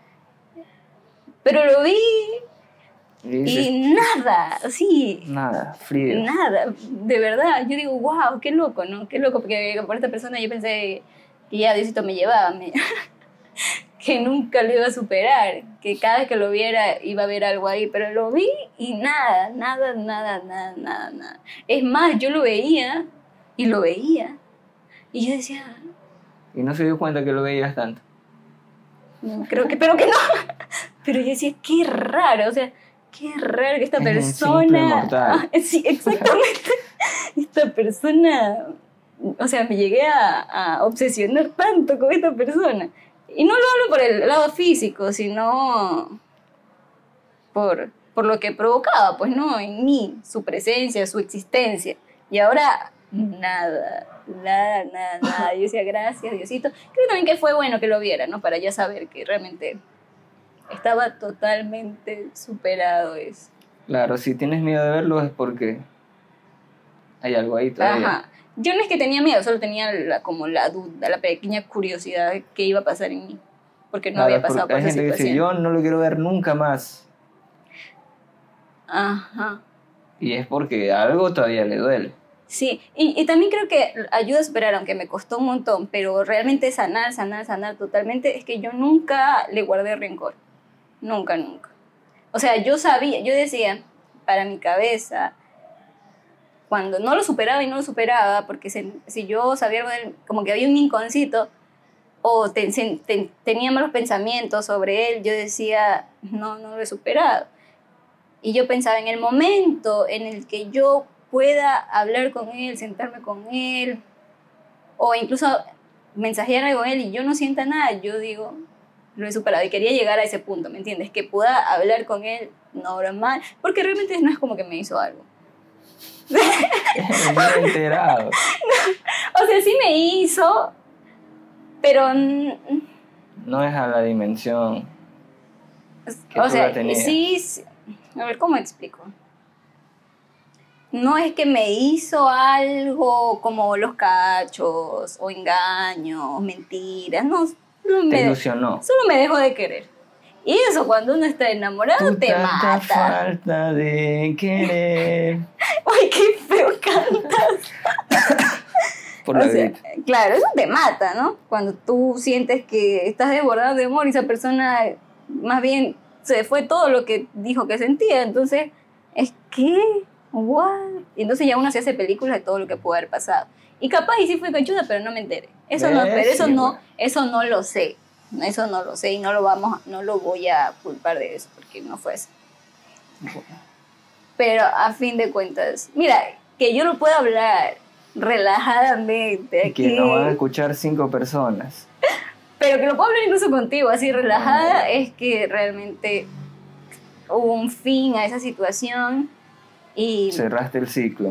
[SPEAKER 2] pero lo vi
[SPEAKER 1] Y dices,
[SPEAKER 2] y nada, sí,
[SPEAKER 1] nada, frío.
[SPEAKER 2] nada, de verdad, yo digo, wow, qué loco, ¿no? Qué loco, porque por esta persona yo pensé que ya Diosito me llevaba, me- que nunca lo iba a superar, que cada vez que lo viera iba a haber algo ahí, pero lo vi y nada, nada, nada, nada, nada, nada. Es más, yo lo veía y lo veía y yo decía,
[SPEAKER 1] Y no se dio cuenta que lo veías tanto.
[SPEAKER 2] "Mm, creo que, pero que no, pero yo decía, qué raro, o sea, qué raro que esta
[SPEAKER 1] Es un
[SPEAKER 2] persona...
[SPEAKER 1] simple mortal.
[SPEAKER 2] Ah, sí, exactamente, esta persona... O sea, me llegué a, a obsesionar tanto con esta persona. Y no lo hablo por el lado físico, sino por, por lo que provocaba, pues no, en mí, su presencia, su existencia. Y ahora, nada, nada, nada, nada. Yo decía, gracias, Diosito. Creo también que fue bueno que lo viera, ¿no? Para ya saber que realmente estaba totalmente superado eso.
[SPEAKER 1] Claro, si tienes miedo de verlo es porque hay algo ahí todavía.
[SPEAKER 2] Ajá. Yo no es que tenía miedo, solo tenía la, como la duda, la pequeña curiosidad de qué iba a pasar en mí. Porque no
[SPEAKER 1] Claro,
[SPEAKER 2] había pasado
[SPEAKER 1] porque
[SPEAKER 2] por
[SPEAKER 1] hay
[SPEAKER 2] esa
[SPEAKER 1] gente que dice,
[SPEAKER 2] situación.
[SPEAKER 1] yo no lo quiero ver nunca más.
[SPEAKER 2] Ajá.
[SPEAKER 1] Y es porque algo todavía le duele.
[SPEAKER 2] Sí, y, y también creo que ayuda a superar, aunque me costó un montón, pero realmente sanar, sanar, sanar totalmente, es que yo nunca le guardé rencor. Nunca, nunca. O sea, yo sabía, yo decía, para mi cabeza, cuando no lo superaba y no lo superaba, porque se- si yo sabía algo de él, como que había un rinconcito, o te- te- tenía malos pensamientos sobre él, yo decía, no, no lo he superado. Y yo pensaba, en el momento en el que yo pueda hablar con él, sentarme con él, o incluso mensajear algo con él y yo no sienta nada, yo digo, lo he superado. Y quería llegar a ese punto, ¿me entiendes? Que pueda hablar con él normal, porque realmente no es como que me hizo algo.
[SPEAKER 1] Me he enterado.
[SPEAKER 2] O sea, sí me hizo, pero...
[SPEAKER 1] No es a la dimensión que
[SPEAKER 2] O
[SPEAKER 1] tú
[SPEAKER 2] sea,
[SPEAKER 1] la tenías.
[SPEAKER 2] sí, sí, a ver, ¿cómo explico? No es que me hizo algo como los cachos, o engaños, mentiras, no, solo
[SPEAKER 1] Te
[SPEAKER 2] me,
[SPEAKER 1] ilusionó.
[SPEAKER 2] solo me dejó de querer. Y eso cuando uno está enamorado
[SPEAKER 1] Tu
[SPEAKER 2] te
[SPEAKER 1] tanta
[SPEAKER 2] mata.
[SPEAKER 1] falta de querer.
[SPEAKER 2] Ay, qué feo cantas.
[SPEAKER 1] Por
[SPEAKER 2] O
[SPEAKER 1] la
[SPEAKER 2] sea,
[SPEAKER 1] vida.
[SPEAKER 2] claro, eso te mata, ¿no? Cuando tú sientes que estás desbordado de amor y esa persona más bien se fue todo lo que dijo que sentía. Entonces, es que, what? Y entonces ya uno se hace películas de todo lo que pudo haber pasado. Y capaz y sí fui conchuda, pero no me enteré. Eso no,
[SPEAKER 1] ¿Ves?
[SPEAKER 2] pero eso
[SPEAKER 1] Sí,
[SPEAKER 2] no,
[SPEAKER 1] bueno.
[SPEAKER 2] eso no lo sé. Eso no lo sé y no lo vamos, no lo voy a culpar de eso porque no fue eso. Pero a fin de cuentas, mira, que yo lo puedo hablar relajadamente
[SPEAKER 1] Y que
[SPEAKER 2] aquí,
[SPEAKER 1] nos van a escuchar cinco personas.
[SPEAKER 2] pero que lo puedo hablar incluso contigo así relajada, es que realmente hubo un fin a esa situación y,
[SPEAKER 1] Cerraste el ciclo.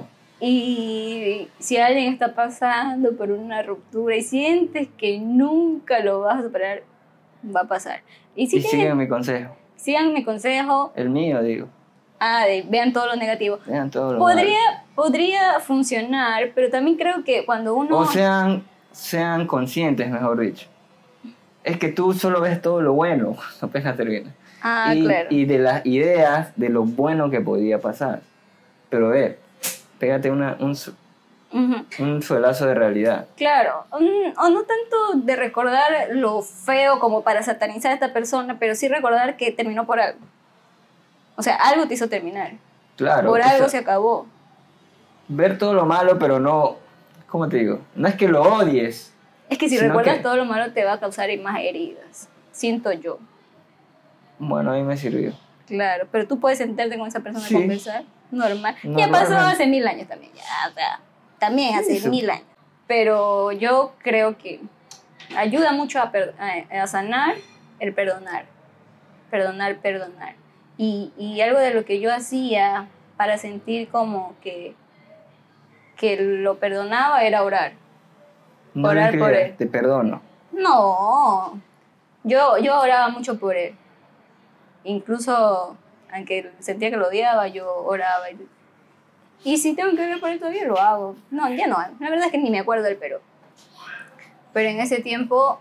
[SPEAKER 2] y si alguien está pasando por una ruptura y sientes que nunca lo vas a superar, va a pasar. Y si
[SPEAKER 1] Y
[SPEAKER 2] tienen-
[SPEAKER 1] sigan mi consejo.
[SPEAKER 2] sigan mi consejo,
[SPEAKER 1] El mío, digo.
[SPEAKER 2] ah, de- vean todo lo negativo.
[SPEAKER 1] Vean todo lo malo.
[SPEAKER 2] Podría, podría funcionar, pero también creo que cuando uno...
[SPEAKER 1] O sean, sean conscientes, mejor dicho. Es que tú solo ves todo lo bueno apenas termina.
[SPEAKER 2] ah,
[SPEAKER 1] y,
[SPEAKER 2] claro.
[SPEAKER 1] y de las ideas de lo bueno que podía pasar. Pero ve, pégate una, un, su-
[SPEAKER 2] Ujú.
[SPEAKER 1] un suelazo de realidad.
[SPEAKER 2] Claro, mm, o no tanto de recordar lo feo como para satanizar a esta persona, pero sí recordar que terminó por algo. O sea, algo te hizo terminar.
[SPEAKER 1] Claro.
[SPEAKER 2] por
[SPEAKER 1] o
[SPEAKER 2] algo
[SPEAKER 1] sea,
[SPEAKER 2] se acabó.
[SPEAKER 1] ver todo lo malo, pero no, ¿cómo te digo? No es que lo odies.
[SPEAKER 2] Es que si
[SPEAKER 1] Sino
[SPEAKER 2] recuerdas
[SPEAKER 1] que-
[SPEAKER 2] todo lo malo te va a causar más heridas. Siento yo.
[SPEAKER 1] Bueno, a mí me sirvió.
[SPEAKER 2] Claro, pero tú puedes sentarte con esa persona
[SPEAKER 1] Sí.
[SPEAKER 2] a conversar. Normal. Ya
[SPEAKER 1] Normalmente.
[SPEAKER 2] pasó hace mil años también. Ya, o sea, también hace
[SPEAKER 1] Sí, sí.
[SPEAKER 2] mil años. Pero yo creo que ayuda mucho a, per- a, a sanar el perdonar. Perdonar, perdonar. Y, y algo de lo que yo hacía para sentir como que, que lo perdonaba era orar.
[SPEAKER 1] No
[SPEAKER 2] Orar
[SPEAKER 1] le
[SPEAKER 2] por
[SPEAKER 1] creas,
[SPEAKER 2] él.
[SPEAKER 1] te perdono.
[SPEAKER 2] No, yo, yo oraba mucho por él. Incluso, aunque sentía que lo odiaba, yo oraba. Y, y si tengo que orar por él todavía, lo hago. No, ya no. La verdad es que ni me acuerdo del pero. Pero en ese tiempo,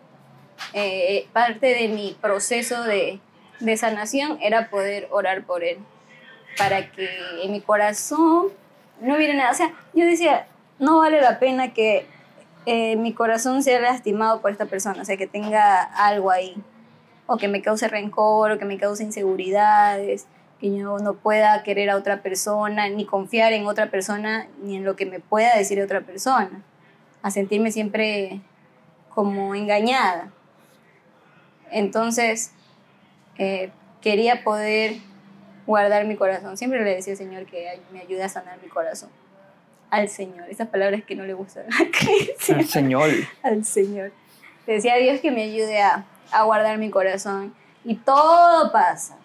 [SPEAKER 2] eh, parte de mi proceso de, de sanación era poder orar por él. Para que en mi corazón no hubiera nada. O sea, yo decía, no vale la pena que eh, mi corazón sea lastimado por esta persona. O sea, que tenga algo ahí. O que me cause rencor, o que me cause inseguridades. Que yo no pueda querer a otra persona, ni confiar en otra persona, ni en lo que me pueda decir otra persona. A sentirme siempre como engañada. Entonces, eh, quería poder guardar mi corazón. Siempre le decía al Señor que ay- me ayude a sanar mi corazón. Al Señor. Esas palabras que no le gustan a Cristian.
[SPEAKER 1] El Señor.
[SPEAKER 2] Al Señor. Le decía a Dios que me ayude a, a guardar mi corazón. Y todo pasa.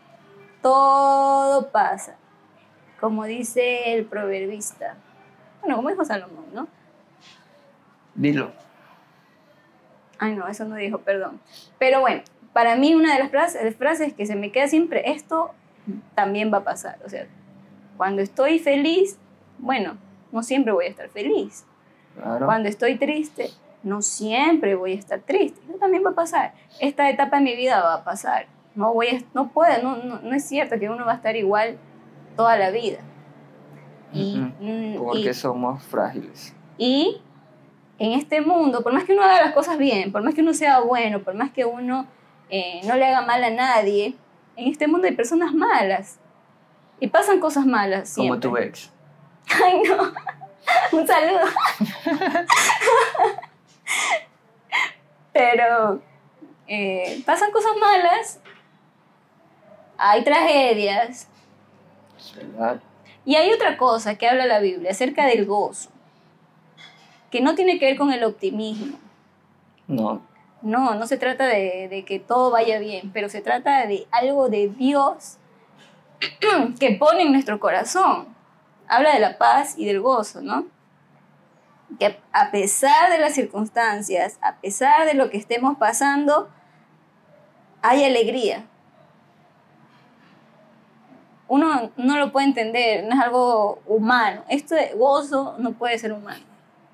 [SPEAKER 2] Todo pasa. Como dice el proverbista. Bueno, como dijo Salomón, ¿no?
[SPEAKER 1] Dilo.
[SPEAKER 2] Ay, no, eso no dijo, perdón. Pero bueno, para mí una de las frases, frases que se me queda siempre, esto también va a pasar. O sea, cuando estoy feliz, bueno, no siempre voy a estar feliz.
[SPEAKER 1] Claro.
[SPEAKER 2] Cuando estoy triste, no siempre voy a estar triste. Eso también va a pasar. Esta etapa de mi vida va a pasar. No voy a, no puedo, no, no, no es cierto que uno va a estar igual toda la vida. Y,
[SPEAKER 1] Mm-mm.
[SPEAKER 2] mm,
[SPEAKER 1] Porque
[SPEAKER 2] y-
[SPEAKER 1] somos frágiles.
[SPEAKER 2] y en este mundo, por más que uno haga las cosas bien, por más que uno sea bueno, por más que uno eh, no le haga mal a nadie, en este mundo hay personas malas. Y pasan cosas malas siempre.
[SPEAKER 1] Como tu ex.
[SPEAKER 2] Ay, no. Un saludo. Pero eh, pasan cosas malas, hay tragedias.
[SPEAKER 1] Es verdad.
[SPEAKER 2] Y hay otra cosa que habla la Biblia acerca del gozo, que no tiene que ver con el optimismo.
[SPEAKER 1] No,
[SPEAKER 2] No, no se trata de, de que todo vaya bien, pero se trata de algo de Dios que pone en nuestro corazón. Habla de la paz y del gozo, ¿no? Que a pesar de las circunstancias, a pesar de lo que estemos pasando, hay alegría. Uno no lo puede entender, no es algo humano. Esto de gozo no puede ser humano.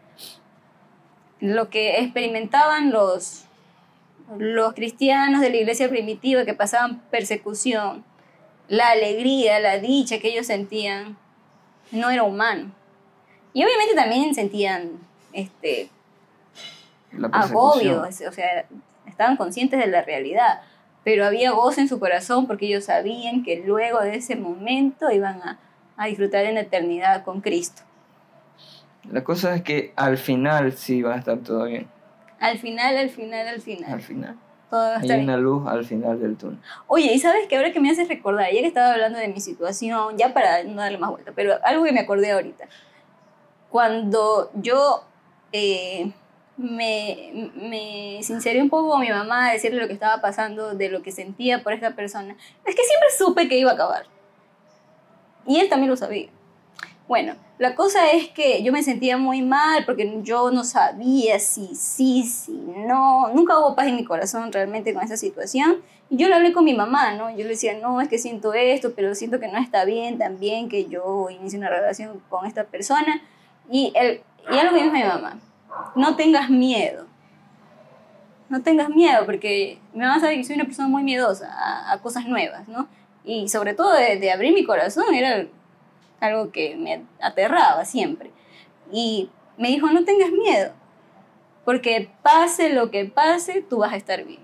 [SPEAKER 2] Lo que experimentaban los, los cristianos de la iglesia primitiva que pasaban persecución, la alegría, la dicha que ellos sentían, no era humano. Y obviamente también sentían este,
[SPEAKER 1] la
[SPEAKER 2] agobio,
[SPEAKER 1] persecución.
[SPEAKER 2] o sea, estaban conscientes de la realidad, pero había gozo en su corazón porque ellos sabían que luego de ese momento iban a, a disfrutar en la eternidad con Cristo.
[SPEAKER 1] La cosa es que al final sí va a estar todo bien.
[SPEAKER 2] Al final, al final, al final,
[SPEAKER 1] Al final.
[SPEAKER 2] todo va a
[SPEAKER 1] Hay
[SPEAKER 2] estar
[SPEAKER 1] una
[SPEAKER 2] bien.
[SPEAKER 1] luz al final del túnel.
[SPEAKER 2] Oye, y sabes que ahora que me haces recordar, ya que estaba hablando de mi situación, ya para no darle más vuelta, pero algo que me acordé ahorita. Cuando yo eh, me, me sinceré un poco con mi mamá a decirle lo que estaba pasando, de lo que sentía por esta persona, es que siempre supe que iba a acabar. Y él también lo sabía. Bueno, la cosa es que yo me sentía muy mal porque yo no sabía si sí, si no. Nunca hubo paz en mi corazón realmente con esa situación. Y yo le hablé con mi mamá, ¿no? Yo le decía, no, es que siento esto, pero siento que no está bien también que yo inicie una relación con esta persona. Y, el, y algo que dijo mi mamá, no tengas miedo. No tengas miedo, porque mi mamá sabe que soy una persona muy miedosa a, a cosas nuevas, ¿no? Y sobre todo de, de abrir mi corazón era algo que me aterraba siempre. Y me dijo, no tengas miedo, porque pase lo que pase, tú vas a estar bien.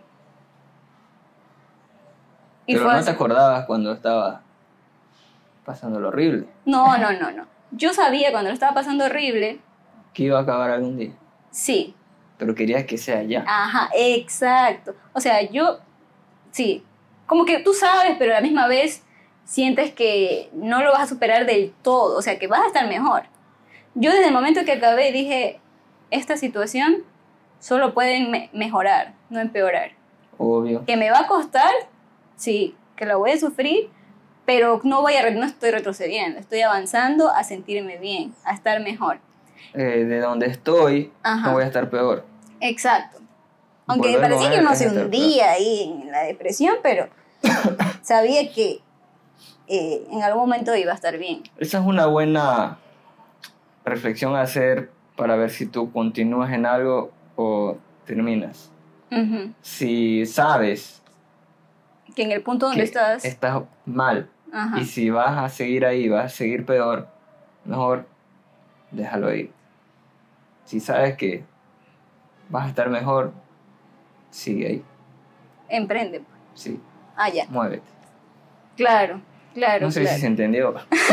[SPEAKER 2] Y
[SPEAKER 1] Pero
[SPEAKER 2] fue
[SPEAKER 1] no
[SPEAKER 2] así.
[SPEAKER 1] te acordabas cuando estaba pasando lo horrible.
[SPEAKER 2] No, no, no, no. Yo sabía cuando lo estaba pasando horrible,
[SPEAKER 1] Que iba a acabar algún día.
[SPEAKER 2] sí.
[SPEAKER 1] Pero querías que sea ya.
[SPEAKER 2] Ajá, exacto. O sea, yo, sí, como que tú sabes, pero a la misma vez sientes que no lo vas a superar del todo, o sea, que vas a estar mejor. Yo desde el momento que acabé dije, esta situación solo puede me- mejorar, no empeorar.
[SPEAKER 1] Obvio.
[SPEAKER 2] Que me va a costar, sí, que lo voy a sufrir, pero no, voy a re- no estoy retrocediendo, estoy avanzando a sentirme bien, a estar mejor.
[SPEAKER 1] Eh, de donde estoy,
[SPEAKER 2] Ajá.
[SPEAKER 1] no voy a estar peor.
[SPEAKER 2] Exacto. Aunque me
[SPEAKER 1] Volver
[SPEAKER 2] parecía
[SPEAKER 1] con
[SPEAKER 2] que
[SPEAKER 1] él
[SPEAKER 2] uno
[SPEAKER 1] es
[SPEAKER 2] se
[SPEAKER 1] estar
[SPEAKER 2] hundía ahí en la depresión, pero sabía que eh, en algún momento iba a estar bien.
[SPEAKER 1] Esa es una buena reflexión a hacer para ver si tú continúas en algo o terminas.
[SPEAKER 2] Ujú.
[SPEAKER 1] Si sabes
[SPEAKER 2] Que en el punto donde
[SPEAKER 1] que
[SPEAKER 2] estás...
[SPEAKER 1] estás mal
[SPEAKER 2] Ajá.
[SPEAKER 1] y si vas a seguir ahí, vas a seguir peor, mejor déjalo ir. Si sabes que vas a estar mejor, sigue ahí.
[SPEAKER 2] Emprende. Pues.
[SPEAKER 1] Sí,
[SPEAKER 2] Ah, ya.
[SPEAKER 1] muévete.
[SPEAKER 2] Claro, claro,
[SPEAKER 1] No sé
[SPEAKER 2] claro.
[SPEAKER 1] si se entendió.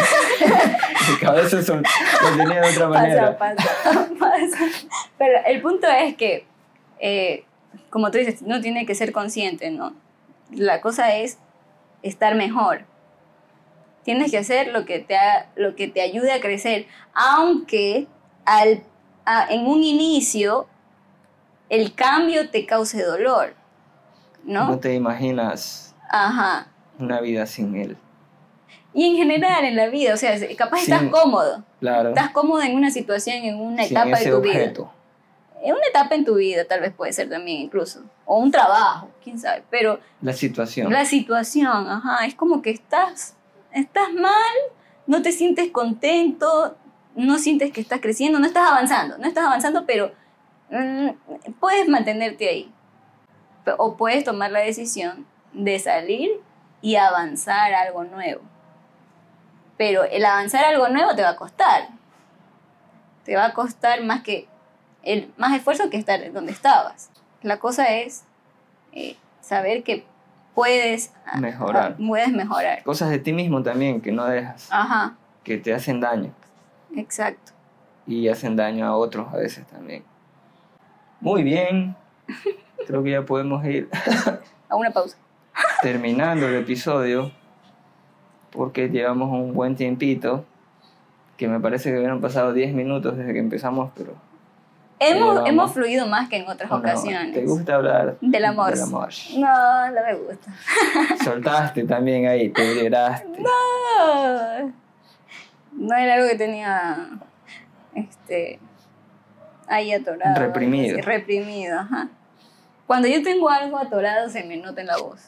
[SPEAKER 1] Mi cabeza son, lo tenía de otra manera.
[SPEAKER 2] Pasa, pasa, pasa. Pero el punto es que, eh, como tú dices, uno tiene que ser consciente, ¿no? La cosa es estar mejor. Tienes que hacer lo que te, ha- lo que te ayude a crecer, aunque al, a- en un inicio el cambio te cause dolor,
[SPEAKER 1] No
[SPEAKER 2] ¿no?
[SPEAKER 1] te imaginas
[SPEAKER 2] Ajá.
[SPEAKER 1] una vida sin él.
[SPEAKER 2] Y en general en la vida, o sea, capaz estás
[SPEAKER 1] Sin-
[SPEAKER 2] cómodo.
[SPEAKER 1] Claro.
[SPEAKER 2] Estás cómodo en una situación, en una
[SPEAKER 1] Sin
[SPEAKER 2] etapa de
[SPEAKER 1] ese
[SPEAKER 2] tu vida.
[SPEAKER 1] objeto.
[SPEAKER 2] En una etapa en tu vida tal vez puede ser también incluso. O un trabajo, quién sabe. Pero
[SPEAKER 1] La situación.
[SPEAKER 2] la situación, ajá, es como que estás, estás mal, no te sientes contento, no sientes que estás creciendo, no estás avanzando, no estás avanzando, pero mm, puedes mantenerte ahí. P- O puedes tomar la decisión de salir y avanzar a algo nuevo. Pero el avanzar a algo nuevo te va a costar. Te va a costar más que el, más esfuerzo que estar donde estabas. La cosa es eh, saber que puedes a-
[SPEAKER 1] Mejorar.
[SPEAKER 2] a- puedes mejorar.
[SPEAKER 1] Cosas de ti mismo también que no dejas,
[SPEAKER 2] Ajá,
[SPEAKER 1] que te hacen daño
[SPEAKER 2] exacto.
[SPEAKER 1] y hacen daño a otros a veces también. Muy bien. creo que ya podemos ir
[SPEAKER 2] A una pausa.
[SPEAKER 1] terminando el episodio, porque llevamos un buen tiempito, que me parece que hubieran pasado diez minutos desde que empezamos, pero...
[SPEAKER 2] Hemos,
[SPEAKER 1] llevamos-
[SPEAKER 2] hemos fluido más que en otras
[SPEAKER 1] ¿o no?
[SPEAKER 2] ocasiones.
[SPEAKER 1] ¿Te gusta hablar
[SPEAKER 2] Del amor.
[SPEAKER 1] del amor?
[SPEAKER 2] No, no me gusta.
[SPEAKER 1] Soltaste también ahí, te liberaste.
[SPEAKER 2] No, no era algo que tenía este, ahí atorado.
[SPEAKER 1] Reprimido.
[SPEAKER 2] Sí, reprimido, ajá. Cuando yo tengo algo atorado se me nota en la voz.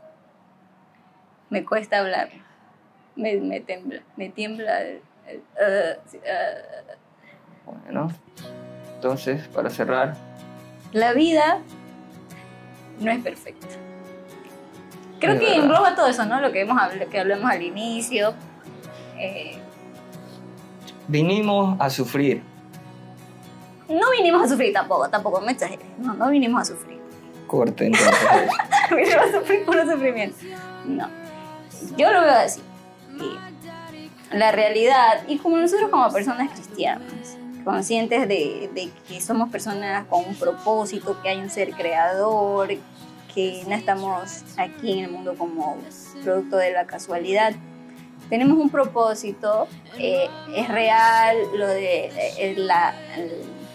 [SPEAKER 2] Me cuesta hablar. Me, me tembla. Me tiembla. el- el, uh, sí, uh.
[SPEAKER 1] Bueno, entonces, para cerrar,
[SPEAKER 2] La vida no es perfecta. Creo
[SPEAKER 1] Es
[SPEAKER 2] que
[SPEAKER 1] verdad.
[SPEAKER 2] engloba todo eso, ¿no? Lo que, hemos habl- que hablamos al inicio. Eh,
[SPEAKER 1] vinimos a sufrir.
[SPEAKER 2] no vinimos a sufrir tampoco, tampoco me exageres. No, no vinimos a sufrir.
[SPEAKER 1] Corte entonces.
[SPEAKER 2] Vinimos a sufrir por sufrimiento. No. Yo lo veo así. Y la realidad, y como nosotros como personas cristianas, conscientes de, de que somos personas con un propósito, que hay un ser creador, que no estamos aquí en el mundo como producto de la casualidad. Tenemos un propósito, eh, es real lo de eh, la, el,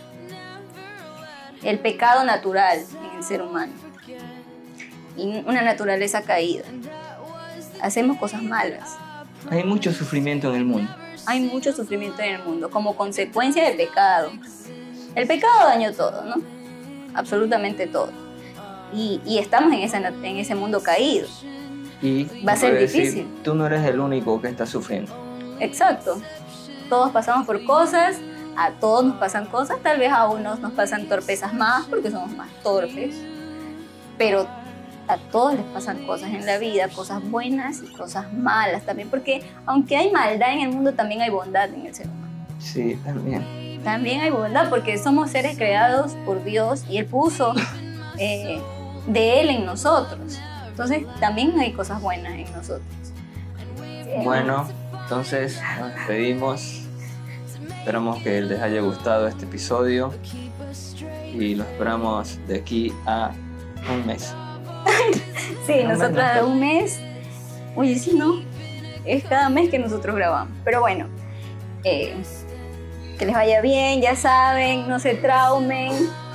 [SPEAKER 2] el pecado natural en el ser humano y una naturaleza caída. Hacemos cosas malas.
[SPEAKER 1] Hay mucho sufrimiento en el mundo.
[SPEAKER 2] Hay mucho sufrimiento en el mundo como consecuencia del pecado. El pecado dañó todo, ¿no? Absolutamente todo. Y, y estamos en ese, en ese mundo caído.
[SPEAKER 1] Y
[SPEAKER 2] Va a ser
[SPEAKER 1] puedo decir,
[SPEAKER 2] difícil.
[SPEAKER 1] tú no eres el único que está sufriendo.
[SPEAKER 2] Exacto. Todos pasamos por cosas, a todos nos pasan cosas, tal vez a unos nos pasan torpezas más porque somos más torpes, pero a todos les pasan cosas en la vida, cosas buenas y cosas malas también, porque aunque hay maldad en el mundo, también hay bondad en el ser humano.
[SPEAKER 1] Sí, también.
[SPEAKER 2] También hay bondad porque somos seres creados por Dios y Él puso eh, de Él en nosotros. Entonces también hay cosas buenas en nosotros. Eh,
[SPEAKER 1] Bueno, entonces nos despedimos. Esperamos que les haya gustado este episodio y lo esperamos de aquí a un mes.
[SPEAKER 2] Sí,
[SPEAKER 1] No,
[SPEAKER 2] nosotros
[SPEAKER 1] bueno,
[SPEAKER 2] a un mes, oye, sí, no, es cada mes que nosotros grabamos. Pero bueno, eh, que les vaya bien, ya saben, no se traumen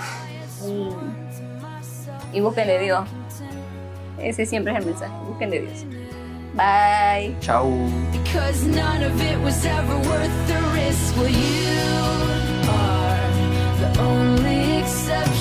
[SPEAKER 2] y, y busquen de Dios. Ese siempre es el mensaje, busquen de Dios. Bye.
[SPEAKER 1] Chao.
[SPEAKER 4] Because none of it was ever worth the risk. Well, you are the only exception.